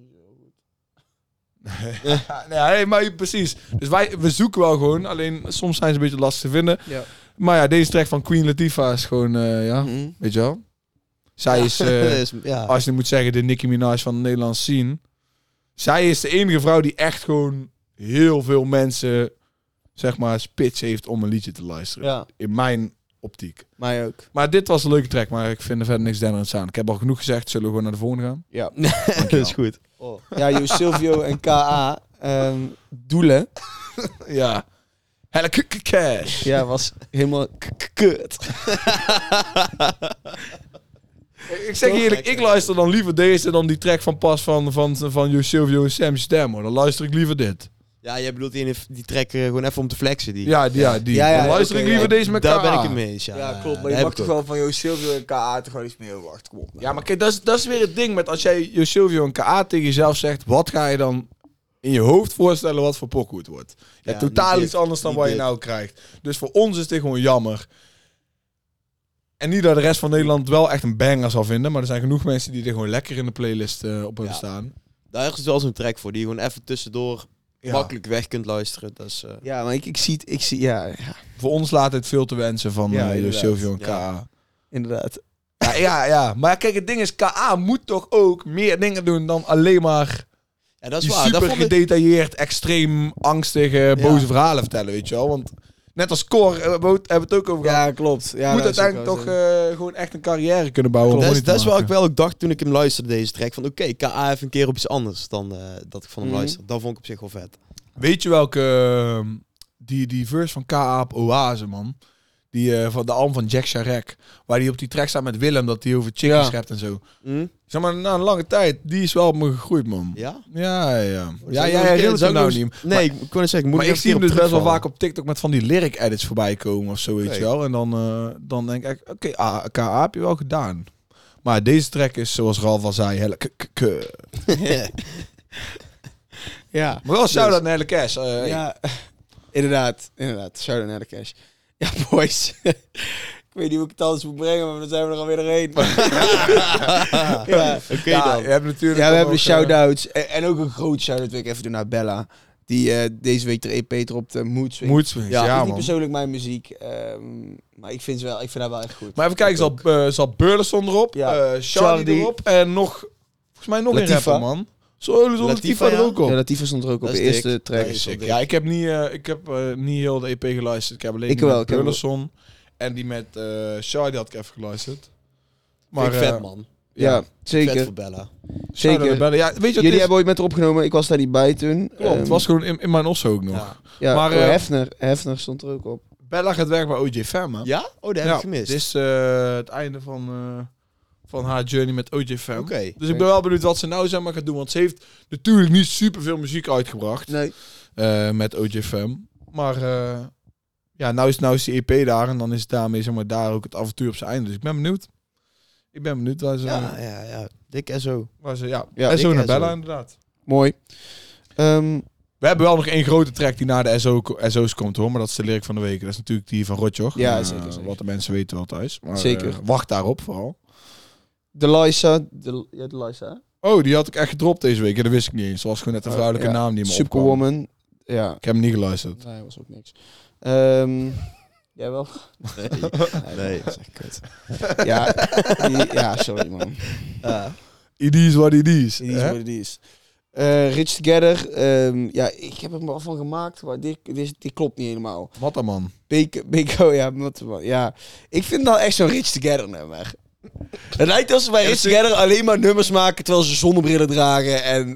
nee, maar precies. Dus wij we zoeken wel gewoon. Alleen soms zijn ze een beetje lastig te vinden. ja. Maar ja, deze track van Queen Latifah is gewoon, uh, ja, Mhm. weet je wel. Zij Ja. is, uh, Is- ja. als je moet zeggen, de Nicki Minaj van de Nederlandse scene. Zij is de enige vrouw die echt gewoon heel veel mensen, zeg maar, spits heeft om een liedje te luisteren. ja. In mijn optiek. Mij ook. Maar dit was een leuke track, maar ik vind er verder niks denderends aan. Ik heb al genoeg gezegd, zullen we gewoon naar de volgende gaan? Ja. Dat is goed. Oh. Ja, Jo Silvio en K A. Um, doelen. Ja. Helle k- k- cash. Ja, was helemaal k- k- kut. Ik zeg Toch? eerlijk, ik luister dan liever deze dan die track van pas van, van, van Jo Silvio en Sam Stem, hoor. Dan luister ik liever dit. Ja, jij bedoelt die, die track uh, gewoon even om te flexen. Die. Ja, die. Ja, die. Ja, ja, dan luister oké, ik liever ja. deze met Daar K A. ben ik het mee eens. Ja, Ja, klopt. Maar daar je heb mag ik toch ook. wel van Jo Silvio en K A toch wel iets meer wacht. Kom op. nou. Ja, maar kijk, dat is, dat is weer het ding met als jij Jo Silvio en K A tegen jezelf zegt, wat ga je dan in je hoofd voorstellen wat voor pokoe het wordt? Ja, Ja, totaal niet iets dit, anders dan niet wat je dit. nou krijgt. Dus voor ons is dit gewoon jammer. En niet dat de rest van Nederland wel echt een banger zal vinden, maar er zijn genoeg mensen die er gewoon lekker in de playlist uh, op hebben Ja. staan. Daar is wel zo'n track voor, die je gewoon even tussendoor Ja. makkelijk weg kunt luisteren. Dat is, uh, Ja, maar ik, ik zie het. Ik zie, ja, ja, Voor ons laat het veel te wensen van Ja, uh, Jo inderdaad. Silvio en K A. Ja. inderdaad. Ja, ja, ja. Maar kijk, het ding is, K A moet toch ook meer dingen doen dan alleen maar ja, dat is die waar. Dat super vond ik- gedetailleerd, extreem angstige, boze Ja. verhalen vertellen, weet je wel. Want net als Cor, uh, we hebben we het ook over gehad, Ja, klopt. Ja, moet dat is ook uiteindelijk wel toch zo. uh, gewoon echt een carrière kunnen bouwen. om Dat is, money te dat is wel ik maken. wel ook dacht toen ik hem luisterde, deze track. Van oké, K A heeft een keer op iets anders dan uh, dat ik van hem Mhm. luisterde. Dat vond ik op zich wel vet. Weet je welke, uh, die, die verse van K A op Oase, man. Die uh, van de album van Jack Sharek. Waar die op die track staat met Willem, dat die over chickens Ja. schept en zo. Hm? Zeg maar, na een lange tijd, die is wel op me gegroeid, man. Ja? Ja, ja, ja. Ja, Zou ik jij nog een keer- herinnert zou hem ik nou nog niet. eens- Nee, ik kon het zeggen, ik moet Maar er ik een zie hem keer dus op best wel terugvallen. vaak op TikTok met van die lyric edits voorbij komen of zo, weet Nee. je wel. En dan, uh, dan denk ik, oké, okay, K A heb je wel gedaan. Maar deze track is, zoals Ralf al zei, hele k k k. Ja. Maar wel shout-out naar Helle Cash. Uh, Ja, inderdaad. Inderdaad. Shout-out naar de cash. Ja, boys. Ik weet niet hoe ik het anders moet brengen, maar dan zijn we er alweer doorheen. ja. Oké ja, dan. je hebt natuurlijk Ja, we dan hebben de nog, shout-outs. En, en ook een groot shout-out wil ik even doen naar Bella. Die uh, deze week de E P erop de Mood uh, Swings. Mood Swings, Ja, ja, is niet man. persoonlijk mijn muziek. Um, maar ik vind, ze wel, ik vind haar wel echt goed. Maar even kijken, Ik zal, uh, zal Burleson erop, Ja. uh, Charlie, Charlie. erop en nog, volgens mij nog Latifa. een rapper, man. Zo, Latifa, Latifa, er ja. ook op. Ja, Latifa stond er ook op Dat de is eerste dik. track. Dat is wel dik. Ja, ik heb niet, uh, ik heb, uh, niet heel de E P geluisterd. Ik heb alleen Ik die wel, met ik heb wel. Burleson en die met uh, Charlie had ik even geluisterd. Maar Maar vet, uh, man. Ja, Vet zeker. voor Bella. shout-out naar Zeker. Bella. Ja, weet je wat Jullie het is? hebben ooit met haar opgenomen. Ik was daar niet bij toen. Klopt, Ehm, het was gewoon in, in mijn osso ook nog. Ja. ja, maar, maar, eh, Hefner, Hefner stond er ook op. Bella gaat werken bij O J Fam, hè? Ja? Oh, dat heb ik gemist. Dit is uh, het einde van, uh, van haar journey met O J Fam. Oké. Dus ik ben wel benieuwd wat ze nou zeg maar gaat doen. Want ze heeft natuurlijk niet superveel muziek uitgebracht Nee. uh, met O J Fam. Maar uh, ja, nou is, nou is die E P daar en dan is het daarmee zeg maar, daar ook het avontuur op zijn einde. Dus ik ben benieuwd. Ik ben benieuwd waar ze... Ja, ja, ja. Dik en zo. Waar ze ja, Ja, en zo ik naar en zo. Bella inderdaad. Mooi. Ehm, We hebben wel nog één grote track die naar de S O ko- S O's komt hoor. Maar dat is de lyric van de week. Dat is natuurlijk die van Rotjoch. Ja, Uh, zeker, zeker. Wat de mensen weten wel thuis. Maar, Zeker. uh, wacht daarop vooral. de Lysa. De, ja, de Lysa. Oh, die had ik echt gedropt deze week. Ja, dat wist ik niet eens. Zoals gewoon net een Oh, vrouwelijke ja. naam die me opkwam. Superwoman. Ja. Ik heb hem niet geluisterd. Nee, was ook niks. Ehm jij wel? Nee. nee. Dat is echt kut. ja, die, ja, sorry man. It is what it is. Die is hè? wat het is. Eh, Rich Together. ehm, ja, ik heb er wel van gemaakt, maar dit, dit, dit klopt niet helemaal. Mattaman. Beko, Beko, ja, wat- ja. Ik vind dat echt zo'n Rich Together nummer. Het lijkt alsof ze bij Rich Together alleen maar nummers maken terwijl ze zonnebrillen dragen en...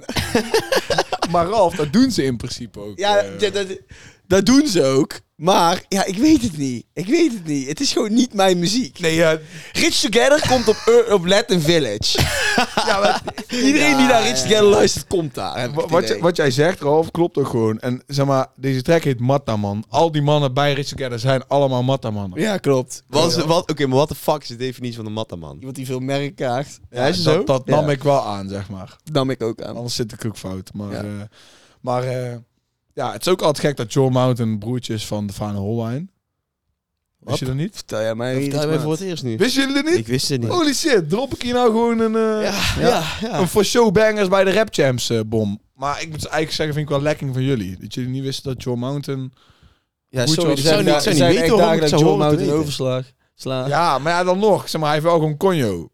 Maar Ralf, dat doen ze in principe ook. Ja, eh. dat, dat, dat doen ze ook. Maar, ja, ik weet het niet. Ik weet het niet. Het is gewoon niet mijn muziek. Nee, ja. Rich Together komt op, Ur- op Latin Village. ja maar, Iedereen die naar Rich Together luistert, komt daar. heb ik wa- het wat, idee. je- wat jij zegt, Ralf, klopt ook gewoon. En zeg maar, deze track heet Mattaman. Al die mannen bij Rich Together zijn allemaal Mattamannen. Ja, klopt. Wat is- wat- Oké, maar wat de fuck is de definitie van de mattaman? Iemand die veel merk krijgt. Ja, is het dat, zo? dat nam Ja. ik wel aan, zeg maar. Nam ik ook aan. Anders zit ik ook fout. Maar, Ja. eh, maar eh, ja, het is ook altijd gek dat Joe Mountain broertjes van de Fane Holwijn. Wist je dat niet? Vertel jij mij Vertel je mij voor het eerst nu. Wisten jullie dat niet? Ik wist het niet. Holy shit, drop ik hier nou gewoon een, eh, ja, ja. ja. een voor show bangers bij de Rap Champs eh, bom. Maar ik moet eigenlijk zeggen, vind ik wel lekking van jullie. Dat jullie niet wisten dat Joe Mountain... Ja, Goed, sorry. ik Er zou zijn, niet- da- ik zou er niet zijn weten echt waarom dagen ik dat zou John horen te Mountain weten. overslag. Sla. Ja, maar ja, dan nog. Zeg maar, hij heeft wel gewoon Conjo.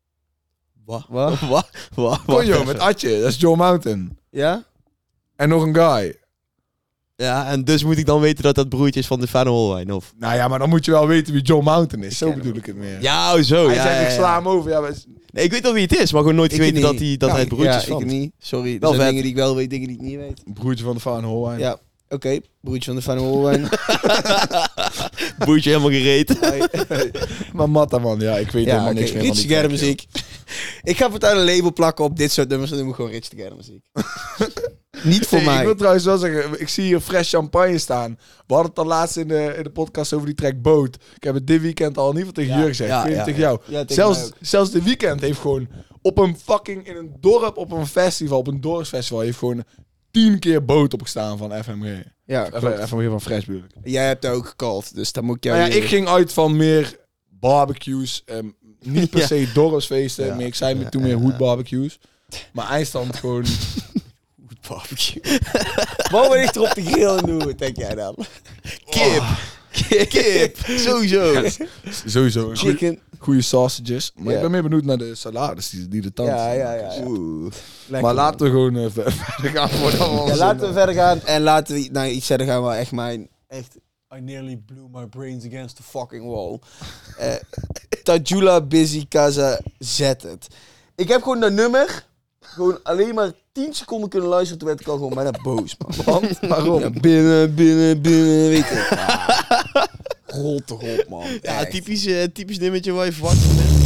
Wat? Wat? Wat? Wat? Conjo met Atje, dat is Joe Mountain. Ja? En nog een guy. Ja, en dus moet ik dan weten dat dat broertje is van de Van Holwijn, of? Nou ja, maar dan moet je wel weten wie John Mountain is. Zo ken bedoel hem. ik het meer. Ja, oh, zo. Hij ja, zegt, ja, ik ja. sla hem over. Ja, maar... Nee, ik weet wel wie het is, maar gewoon nooit Ik geweten niet. dat hij, dat Ja, hij het broertje ja, is van. ik niet. Sorry. Er Wel zijn vet. dingen die ik wel weet, dingen die ik niet weet. Broertje van de Van Holwijn. Ja, oké. Broertje van de Van Holwijn. Broertje helemaal gereed. Maar Matta, man. Ja, ik weet Ja, helemaal oké. niks meer van Rich die Together track, muziek. Ik ga voortaan een label plakken op dit soort nummers en dan moet ik gewoon Rich Together muziek. Niet voor Hey, mij. Ik wil trouwens wel zeggen, ik zie hier Fresh Champagne staan. We hadden het al laatst in de, in de podcast over die track Boot. Ik heb het dit weekend al in ieder geval tegen Ja, Jur gezegd. ja, ik weet niet ja, tegen ja. jou. Ja, tegen mij zelfs, ook. zelfs de weekend heeft gewoon op een fucking, in een dorp, op een festival, op een dorpsfestival, heeft gewoon tien keer Boot opgestaan van F M G. Ja, klopt. F M G van Fresh bedoel ik. Jij hebt daar ook gecalled, dus dan moet ik jou... Nou ja, weer- ik ging uit van meer barbecues. ehm, niet per Ja. se dorpsfeesten. Ja. Maar ik zei me Ja, toen ja, meer ja. hoedbarbecues. Maar eindstand gewoon... Barbecue. Wat ben ik er op de grill en doen, denk jij dan? Kip. Kip. Sowieso. Sowieso een goeie- Chicken. goede sausages. Maar Ja. ik ben meer benieuwd naar de salades die, die de tand. Ja, ja, ja. ja. Oeh. Lekker, Maar man. laten we gewoon eh, ver- verder gaan voordat we ons Ja, in, laten we eh, verder gaan en laten we naar iets verder gaan waar echt mijn... Echt... I nearly blew my brains against the fucking wall. Eh Tajula Busy Casa Zet het. Ik heb gewoon dat nummer gewoon alleen maar tien seconden kunnen luisteren. Toen werd ik al gewoon bijna boos, man. Want, waarom? Ja, binnen, binnen, binnen, weet je. Ja. Rol toch op, man. Ja, Echt. typisch, uh, typisch nummertje waar je verwacht van bent.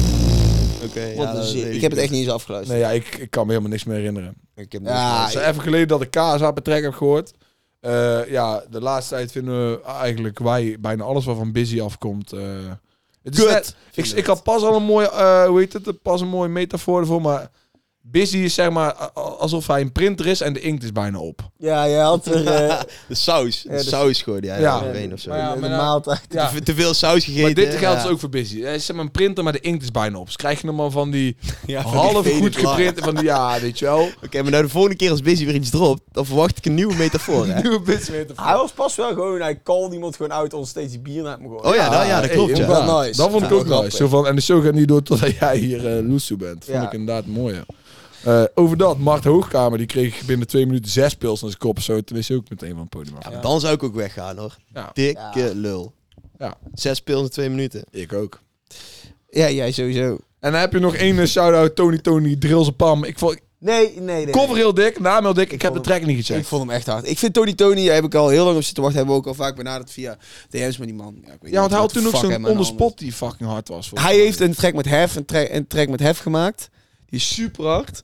Oké, Wat ja, een dat zin. weet Ik heb het echt niet. niet eens afgeluisterd. Nee, ja, ik, ik kan me helemaal niks meer herinneren. Ik heb Het ja, is even geleden dat ik K S A betrek heb gehoord. Eh, ja, de laatste tijd vinden we eigenlijk wij bijna alles wat van Busy afkomt. eh, het is Kut. net- ik, ik had pas al een mooie, eh, hoe heet het, pas een mooie metafoor ervoor, maar Busy is zeg maar a- a- alsof hij een printer is en de inkt is bijna op. ja, je had er uh, De saus. De de- saus gooide jij Ja. ja. erin of zo. Maar ja, de maar nou- maaltijd. Ja. Te, te veel saus gegeten. Maar dit geldt ja. dus ook voor Busy. Hij is zeg maar een printer, maar de inkt is bijna op. Dus krijg je nog maar van die Ja, van die half faded goed line. geprint van die, ja, weet je wel. Oké, maar nou de volgende keer als Busy weer iets dropt, dan verwacht ik een nieuwe metafoor, hè? Nieuwe Busy metafoor. Hij was pas wel gewoon, hij called iemand gewoon uit om steeds die bier naar me gooien. Oh ja, dat, ja, dat klopt, ja. inderdaad. Wel nice. Dat vond ik Ja, ook wel nice. Zo van, en de show gaat niet door totdat jij hier uh, loesoe bent. Vond Ja. ik inderdaad mooi, ja. Uh, over dat, Mart Hoogkamer, die kreeg binnen twee minuten zes pils naar zijn kop. Zo, toen is hij ook meteen van het podium af. Ja, Ja, dan zou ik ook weggaan, hoor. Ja. Dikke Ja. lul. Ja. Zes pils in twee minuten. ik ook. Ja, jij sowieso. En dan heb je nog één uh, shout-out, Tony Tony, Drills Pam. Ik vond, Nee, nee, nee. cover heel dik, naam heel dik. Ik, heb de vond track niet Ik gecheckt. vond hem echt hard. Ik vind Tony Tony, daar heb ik al heel lang op zitten wachten. Hebben we ook al vaak benaderd via D M's met die man. Ja, ik weet Ja, want hij had niet toen wat ook de fuck zo'n hem aan de on the hand spot die fucking hard was. volgens Hij mij. heeft een track met Hef, een, tra een track met Hef gemaakt. Die is super hard.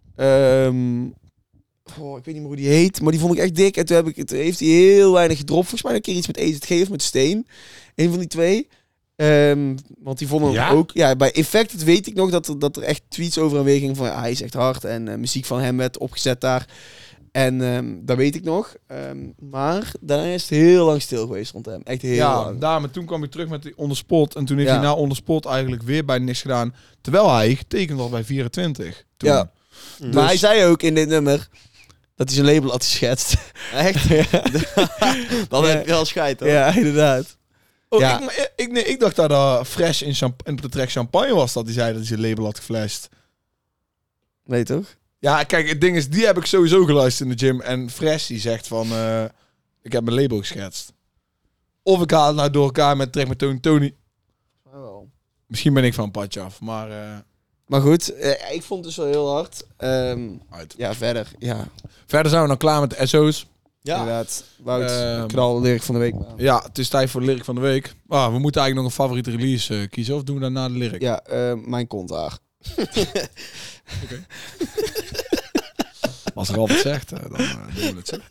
Ehm, oh, ik weet niet meer hoe die heet, maar die vond ik echt dik. En toen, heb ik, toen heeft hij heel weinig gedropt. Volgens mij een keer iets met E Z G of met Steen. Eén van die twee. Ehm, want die vonden Ja? hem ook... Ja, bij Infected weet ik nog dat er, dat er echt tweets over en weer gingen van... Ja, hij is echt hard en eh, muziek van hem werd opgezet daar. En ehm, dat weet ik nog. Ehm, maar daarna is het heel lang stil geweest rond hem. Echt heel Ja, lang. daar, maar toen kwam hij terug met die on the spot. En toen heeft Ja. hij na on the spot eigenlijk weer bij niks gedaan. Terwijl hij getekend was bij vierentwintig. Toen. Ja. Dus- Maar hij zei ook in dit nummer dat hij zijn label had geschetst. Echt? Dan Ja. heb je wel scheid, hoor. Ja, inderdaad. Oh, Ja. ik, maar ik, nee, ik dacht dat dat Fresh in, champ in de track Champagne was. Dat hij zei dat hij zijn label had geflasht. Nee, toch? Ja, kijk, het ding is, die heb ik sowieso geluisterd in de gym. En Fresh die zegt van, eh, ik heb mijn label geschetst. Of ik haal het nou door elkaar met track met Tony Tony. Misschien ben ik van een padje af, maar uh, Maar goed, eh, ik vond het dus wel heel hard. Ehm, uit. ja, verder. Ja, Verder zijn we dan klaar met de S O's. Ja. inderdaad. Wout, Ehm, knal lyric van de week. maar. Ja, het is tijd voor de lyric van de week. Ah, we moeten eigenlijk nog een favoriete release uh, kiezen. Of doen we dat na de lyric? Ja, eh, mijn kont haar. Als Ralf het zegt, uh, dan uh, doen we het zo.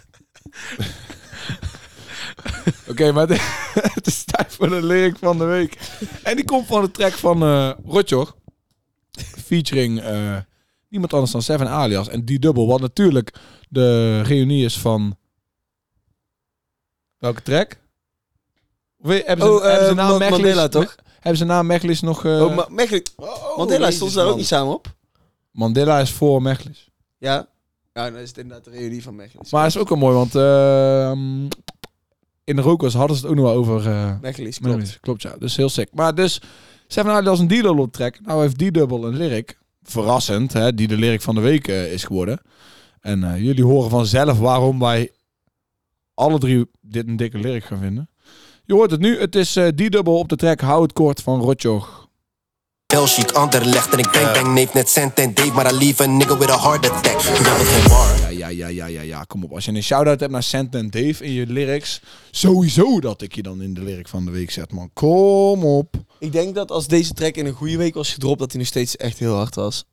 Oké, okay, maar het, het is tijd voor de lyric van de week. En die komt van de track van uh, Rotjoch. Featuring uh, niemand anders dan Seven Alias en D-Double. Wat natuurlijk de reunie is van... Welke track? We, hebben ze, Oh, hebben ze uh, na Ma- Mechlis, Mandela, toch? Hebben ze na Mechlis nog... Uh, oh, Ma Mechelen. Oh, Mandela Jezus, stond ze daar ook man. niet samen op? Mandela is voor Mechlis. Ja. Ja, dan is het inderdaad de reunie van Mechelen. Maar het is ook wel mooi, want uh, in de Rokers hadden ze het ook nog wel over... Uh, Mechelen, klopt. Klopt. Klopt, ja. Dus heel sick. Maar dus, Seven Alias een D-Double op track. Nou heeft D-Double een lyric. Verrassend, hè, die de lyric van de week uh, is geworden. En uh, jullie horen vanzelf waarom wij alle drie dit een dikke lyric gaan vinden. Je hoort het nu. Het is uh, D-Double op de track Hou het kort van Rotjoch. Belgiek, Anderlecht en ik bang bang neef net cent en Dave, maar I leave a nigga with a heart attack. Dat is geen bar. Ja, ja, ja, ja, ja, ja, kom op. Als je een shout-out hebt naar Cent en Dave in je lyrics, sowieso dat ik je dan in de lyric van de week zet, man. Kom op. Ik denk dat als deze track in een goede week was gedropt, dat hij nog steeds echt heel hard was.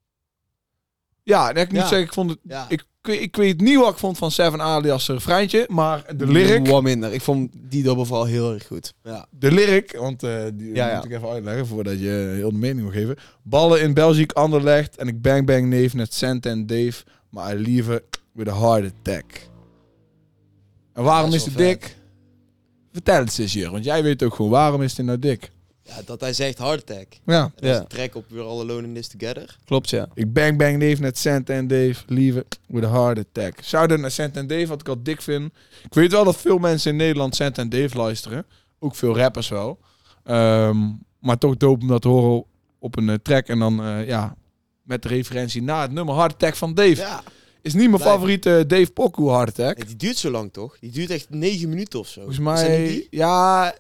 Ja, dat ik niet Ja. zeggen, ik vond het... Ja. Ik, ik, ik weet niet wat ik vond van Seven alias refreintje, maar de lyric... Wat minder. Ik vond die double vooral heel erg goed. Ja. De lyric, want uh, die Ja, ja. moet ik even uitleggen voordat je heel de mening wil geven. Ballen in Belgiek, Anderlecht en ik bang bang neef net Cent en Dave, maar I leave it with a heart attack. En waarom Dat is is het wel dik? Vertel het eens hier, want jij weet ook gewoon waarom is het nou dik. Ja, dat hij zegt Heart Attack. Ja. En dat is Ja. een track op We're All Alone in This Together. Klopt, ja. Ik bang bang neef net Cent en Dave, leave it with a heart attack. Shout-out naar Cent en Dave, wat ik al dik vind. Ik weet wel dat veel mensen in Nederland Cent en Dave luisteren. Ook veel rappers wel. Um, maar toch dope om dat te horen op een uh, track. En dan, uh, ja, met de referentie naar het nummer Heart Attack van Dave. Ja. Is niet mijn Blijf. favoriete Dave Pokoe Heart Attack. Nee, die duurt zo lang toch? Die duurt echt negen minuten of zo. Volgens Is dat niet mij, die? ja...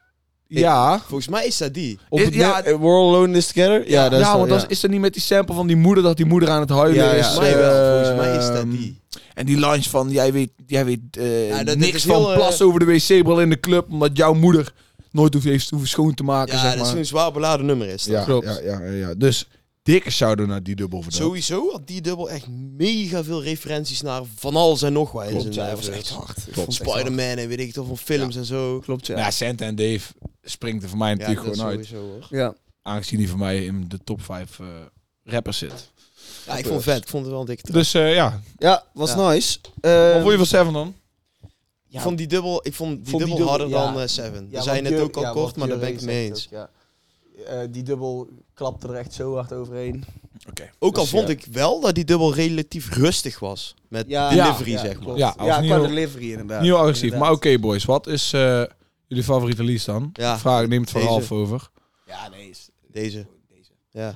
Ja. Volgens mij is dat die. Op Is- het ja, ja, We're All Alone in This Together? Ja, dat is ja, wel- want ja. dat is, is er niet met die sample van die moeder, dat die moeder aan het huilen Ja, ja. is. Volgens mij wel. Volgens mij is dat Ehm, die. En die lunch van, jij weet, jij weet uh, Ja, dat- dat niks is van heel, eh, plas over de wc-bril in de club, omdat jouw moeder nooit hoeft, heeft hoeven schoon te maken, Ja, zeg dat maar. is zo'n zwaar beladen nummer is dat. ja, klopt. Ja, ja, ja, ja. Dus dikke shout-out naar die dubbel voor dat. Sowieso had die dubbel echt mega veel referenties naar van alles en nog wat in Klopt, zijn ja, dat was cijfers. echt hard. Ik Klopt. vond het echt hard. Spider-Man en weet ik toch van films en zo. Klopt, ja. Ja, Santa en Dave springt er voor mij Ja, natuurlijk dat gewoon uit. sowieso hoor. Ja. Aangezien die voor mij in de top vijf uh, rappers zit. Ja, ik vond het vet. Ik vond het wel een dikke track. Dus uh, ja, Ja, was Ja. nice. wat Uh, vond je van Seven dan? Ik vond die dubbel, ik vond die Vond die dubbel dubbel- harder ja. dan uh, Seven. Ja, Dat zei je wat net Jur- ook al ja, kort, wat maar daar ben Jurre ik het mee zegt eens. ook, ja. Uh, die dubbel klapte er echt zo hard overheen. Oké. Ook al Dus, vond ja. ik wel dat die dubbel relatief rustig was. Met Ja, delivery, ja, zeg klopt. maar. Ja, Ja, als qua nieuw- delivery inderdaad. Niet heel agressief, Inderdaad. maar oké boys. Wat is uh, jullie favoriete release dan? Ja, Vraag, neem het van deze. Ralf over. Ja, nee. Is, Deze. Ja.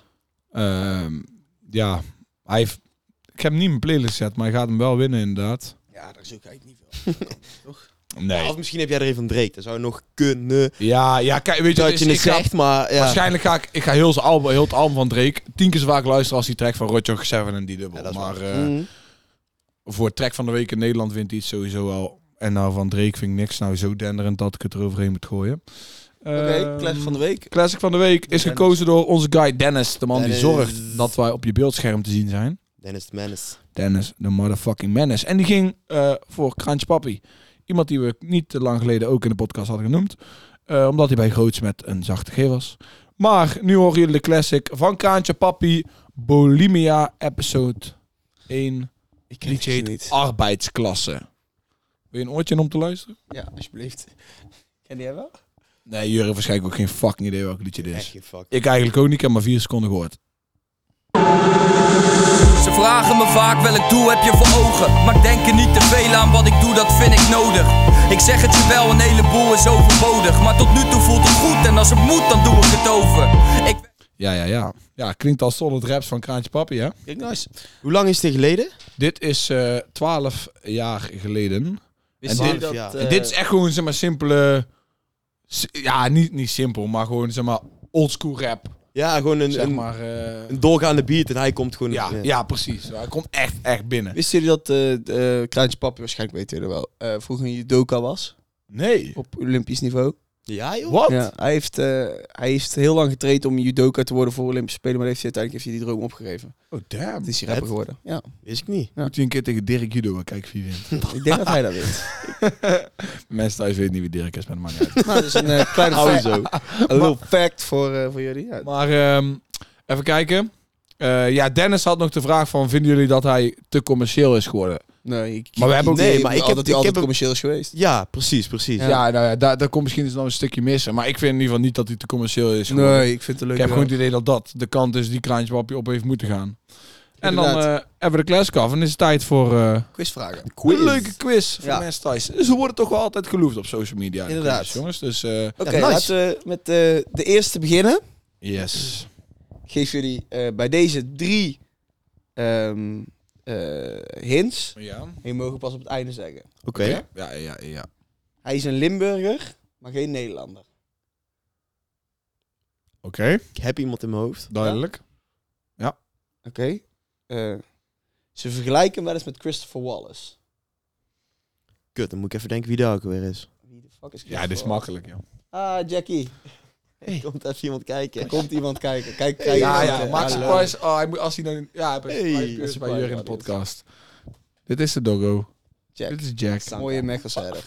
Um, ja, hij heeft... Ik heb hem niet in mijn playlist gezet, maar hij gaat hem wel winnen inderdaad. ja, daar is ook eigenlijk niet veel. Nee. Of misschien heb jij er even van Drake. Dat zou nog kunnen. Ja, ja, kijk, weet je, Dat wat je het het is? Ik ga- zegt, maar ja. Waarschijnlijk ga ik, ik ga heel, zijn album, heel het album van Drake tien keer zo vaak luisteren als die track van Rotjoch, Seven en die dubbel. Ja, dat is maar waar. uh, Mm. voor track van de week in Nederland wint hij het sowieso al. En nou van Drake vind ik niks nou zo denderend dat ik het eroverheen moet gooien. Oké, Ehm, classic van de week. Classic van de week is Dennis. gekozen door onze guy Dennis. De man die Dennis. zorgt dat wij op je beeldscherm te zien zijn. Dennis the Menace. Dennis, de motherfucking menace. En die ging uh, voor Kraantje Papi. Iemand die we niet te lang geleden ook in de podcast hadden genoemd. Uh, omdat hij bij Groots met een zachte G was. Maar nu horen jullie de classic van Kraantje Papi. Bulimia episode één. Ik ken Liedje het heet niet. Arbeidsklasse. Wil je een oortje in om te luisteren? Ja, alsjeblieft. Ken jij wel? Nee, jullie hebben waarschijnlijk ook geen fucking idee welk liedje dit Echt is. geen fuck. Ik eigenlijk ook niet. Ik heb maar vier seconden gehoord. Ze vragen me vaak welk doel heb je voor ogen. Maar ik denk er niet te veel aan, wat ik doe dat vind ik nodig. Ik zeg het je wel, een heleboel is overbodig. Maar tot nu toe voelt het goed en als het moet dan doe ik het over. Ik... Ja, ja, ja. Ja, klinkt als solid raps van Kraantje Papi, hè? Kijk, nice. Hoe lang is dit geleden? Dit is uh, twaalf jaar geleden. Wist En je dit- dat... ja. eh, En dit is echt gewoon, zeg maar, simpele... s- Ja, niet, niet simpel, maar gewoon, zeg maar, oldschool rap. Ja, gewoon een, Zeg een, maar... uh, een doorgaande beat en hij komt gewoon... ja, ja, precies. Hij komt echt, echt binnen. Wisten jullie dat eh uh, Kraantje Papi, waarschijnlijk weten jullie wel, uh, vroeger een judoka was? Nee. Op Olympisch niveau. Ja, joh. Wat? Ja, hij heeft, uh, hij heeft heel lang getraind om judoka te worden voor Olympische Spelen, maar heeft hij, uiteindelijk heeft hij die droom opgegeven. Oh, damn. Het is hij rapper Vet. geworden. Ja, Wist ik niet. Moet je een keer tegen Dirk Judo en kijk wie wint. ik denk dat hij dat weet. Mensen thuis weten niet wie Dirk is, maar dat maakt niet uit. Nou, dat is een uh, kleine Hou fact, zo. een little fact voor, uh, voor jullie. Ja. Maar ehm, even kijken. Uh, ja, Dennis had nog de vraag van, vinden jullie dat hij te commercieel is geworden? Nee, ik, Maar we hebben ook- nee, nee, maar maar ik ik heb heb- dat hij ik altijd heb- commercieel is geweest. Ja, precies, precies. Ja, Ja. nou ja, daar, daar komt misschien dus nog een stukje missen. Maar ik vind in ieder geval niet dat hij te commercieel is geworden. Nee, ik vind het een Ik leuke heb gewoon het idee dat dat de kant is die Kraantje Papi op heeft moeten gaan. En dan Inderdaad. uh, hebben we de classic af en is het tijd voor uh, quizvragen. een leuke quiz voor Ja. de mensen thuis. Ze worden toch wel altijd geloofd op social media. de Inderdaad. quizzes, jongens. Dus uh, Oké, Ja, nice. laten we met uh, de eerste beginnen. yes. Ik geef jullie uh, bij deze drie um, uh, hints. Ja. En je mag pas op het einde zeggen. Oké. Okay. Ja, ja, ja, ja. Hij is een Limburger, maar geen Nederlander. Oké. Okay. Ik heb iemand in mijn hoofd. Duidelijk. Ja. ja. Oké. Okay. Uh, ze vergelijken hem wel eens met Christopher Wallace. Kut, dan moet ik even denken wie daar ook weer is. Wie de fuck is Ja, dit is makkelijk, joh. Ah, Jackie. Hey. Komt even iemand kijken. Er komt iemand kijken. Kijk, kijk. Hey, ja, ja, ja, Max Surprise. Oh, hij moet, als hij dan... Ja, hij hey, hij is bij Jur in de podcast. Dit is de doggo. Jack. Dit is Jack. Mooie Mechelsherder.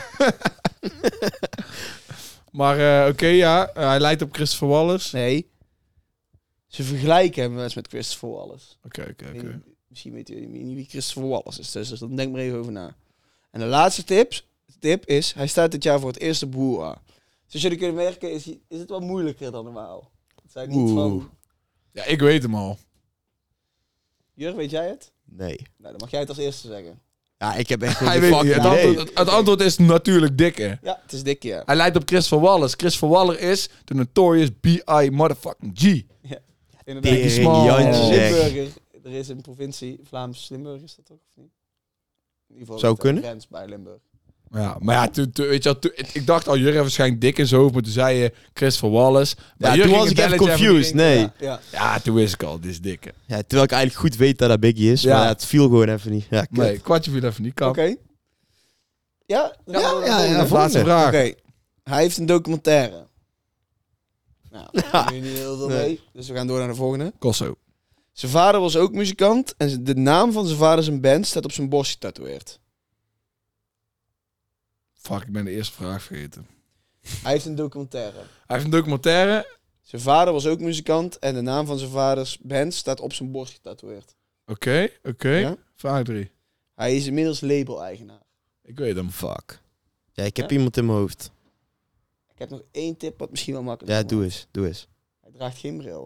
Maar uh, oké, okay, ja. Uh, hij lijkt op Christopher Wallace. Nee. Ze vergelijken hem wel eens met Christopher Wallace. Oké, okay, oké, okay, oké. Okay. Misschien weet je niet wie Christopher Wallace is. Dus, dus dan denk maar even over na. En de laatste tips, tip is... Hij staat dit jaar voor het eerste Boeha. Zoals jullie kunnen merken, is, is het wat moeilijker dan normaal. Het zijn niet Oeh. van... Ja, ik weet hem al. Jur, weet jij het? Nee. Nou, dan mag jij het als eerste zeggen. Ja, ik heb echt Hij weet niet. Het, antwoord, het, het antwoord is natuurlijk Dikke. Ja, het is Dikke, ja. Hij lijkt op Christopher Wallace. Christopher Wallace is de notorious B I motherfucking G. Ja, inderdaad. Die small. Limburger. Er is een provincie, Vlaams Limburg is dat toch, of niet? In ieder geval zou kunnen. grens bij Limburg. Ja, maar ja, tu, tu, weet je wel, tu, ik dacht al, Jur heeft waarschijnlijk Dick in zijn hoofd, maar toen zei je Christopher Wallace. Maar Ja, toen was ik even confused, nee. Ja, ja. Ja, toen wist ik al, dit is Dikke. Ja, terwijl ik eigenlijk goed weet dat dat Biggie is, Ja. maar ja, het viel gewoon even niet. Ja, kut. Nee, kwartje viel even niet, kan. Oké. Okay. Ja? Ja, ja, ja, ja, laatste vraag. Oké. Okay. Hij heeft een documentaire. Nou, daar Ja. heb je niet heel veel Nee. mee. Dus we gaan door naar de volgende. Kosso. Zijn vader was ook muzikant en de naam van zijn vader zijn band staat op zijn borst getatoeëerd. Fuck, ik ben de eerste vraag vergeten. Hij heeft een documentaire. Hij heeft een documentaire. Zijn vader was ook muzikant en de naam van zijn vaders band staat op zijn borst getatoeëerd. Oké, okay, oké. Okay. Ja? Vraag drie. Hij is inmiddels label-eigenaar. Ik weet hem. Fuck. Ja, ik heb Ja? iemand in mijn hoofd. Ik heb nog één tip wat misschien wel makkelijk Ja, is. doe eens, doe eens. Hij draagt geen bril.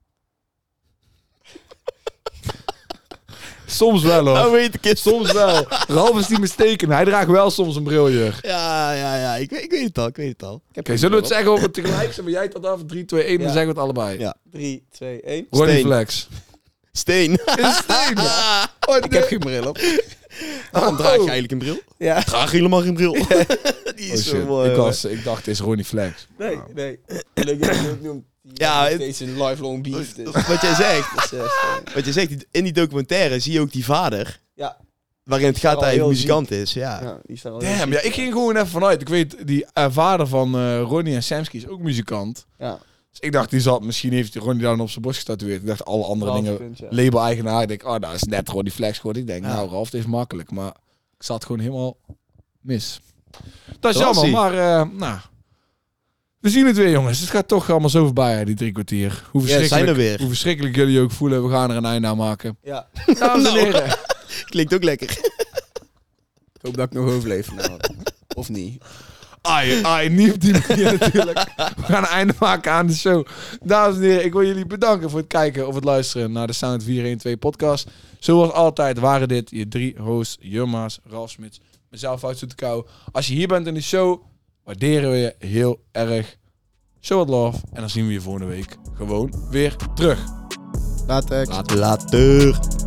Soms wel hoor. Nou weet ik het. Soms wel. Ralf is niet mistaken. Hij draagt wel soms een bril, Jur. Ja, ja, ja. Ik, weet- ik weet het al, ik weet het al. Ik heb Oké, geen zullen we het bril zeggen of het tegelijk zijn? Maar jij het af. drie, twee, één. Ja. Dan zeggen we het allebei. Ja. op. drie, twee, één. Ronnie Steen. Flex. Steen. Is Steen? Oh, Ik heb geen bril op. Dan draag je eigenlijk een bril. Ja. Ik draag helemaal geen bril. Die Oh is shit. zo... ik, eh, was, ik dacht, het is Ronnie Flex. Nee, nee. Leuk dat je het noemt. Die Ja, heeft het- steeds een lifelong beef. Dus. Wat jij zegt, Dus, eh, Steen. wat je zegt, in die documentaire zie je ook die vader, Ja, waarin het gaat Al dat hij heel muzikant is. Ja. ja, die staat al heel Damn, ziek. ja, ik ging gewoon even vanuit. Ik weet, die uh, vader van uh, Ronnie en Samsky is ook muzikant. Ja, Dus ik dacht, die zat, misschien heeft Ronnie dan op zijn borst getatoeëerd. Ik dacht, alle andere Ralf dingen, punt, ja. label-eigenaar. Ik denk, oh, dat is net Ronnie Flex geworden. Ik denk, Ja. nou, Ralf, dit is makkelijk. Maar ik zat gewoon helemaal mis. Dat is Dat was jammer, maar uh, nou... We zien het weer, jongens. Het gaat toch allemaal zo voorbij, die drie kwartier. Hoe Ja, verschrikkelijk, zijn er weer. hoe verschrikkelijk jullie ook voelen. We gaan er een einde aan maken. ja. Dames en heren. Klinkt ook lekker. Ik hoop dat ik nog overleef. Nou. Of niet. Ai, ai, niet op die manier natuurlijk. We gaan een einde maken aan de show. Dames en heren, ik wil jullie bedanken voor het kijken of het luisteren naar de Sound vier een twee podcast. Zoals altijd waren dit je drie hosts, Jumma's, Ralf Smits, mezelf uit te kou. Als je hier bent in de show, waarderen we je heel erg. Show what love. En dan zien we je volgende week gewoon weer terug. Later. Later.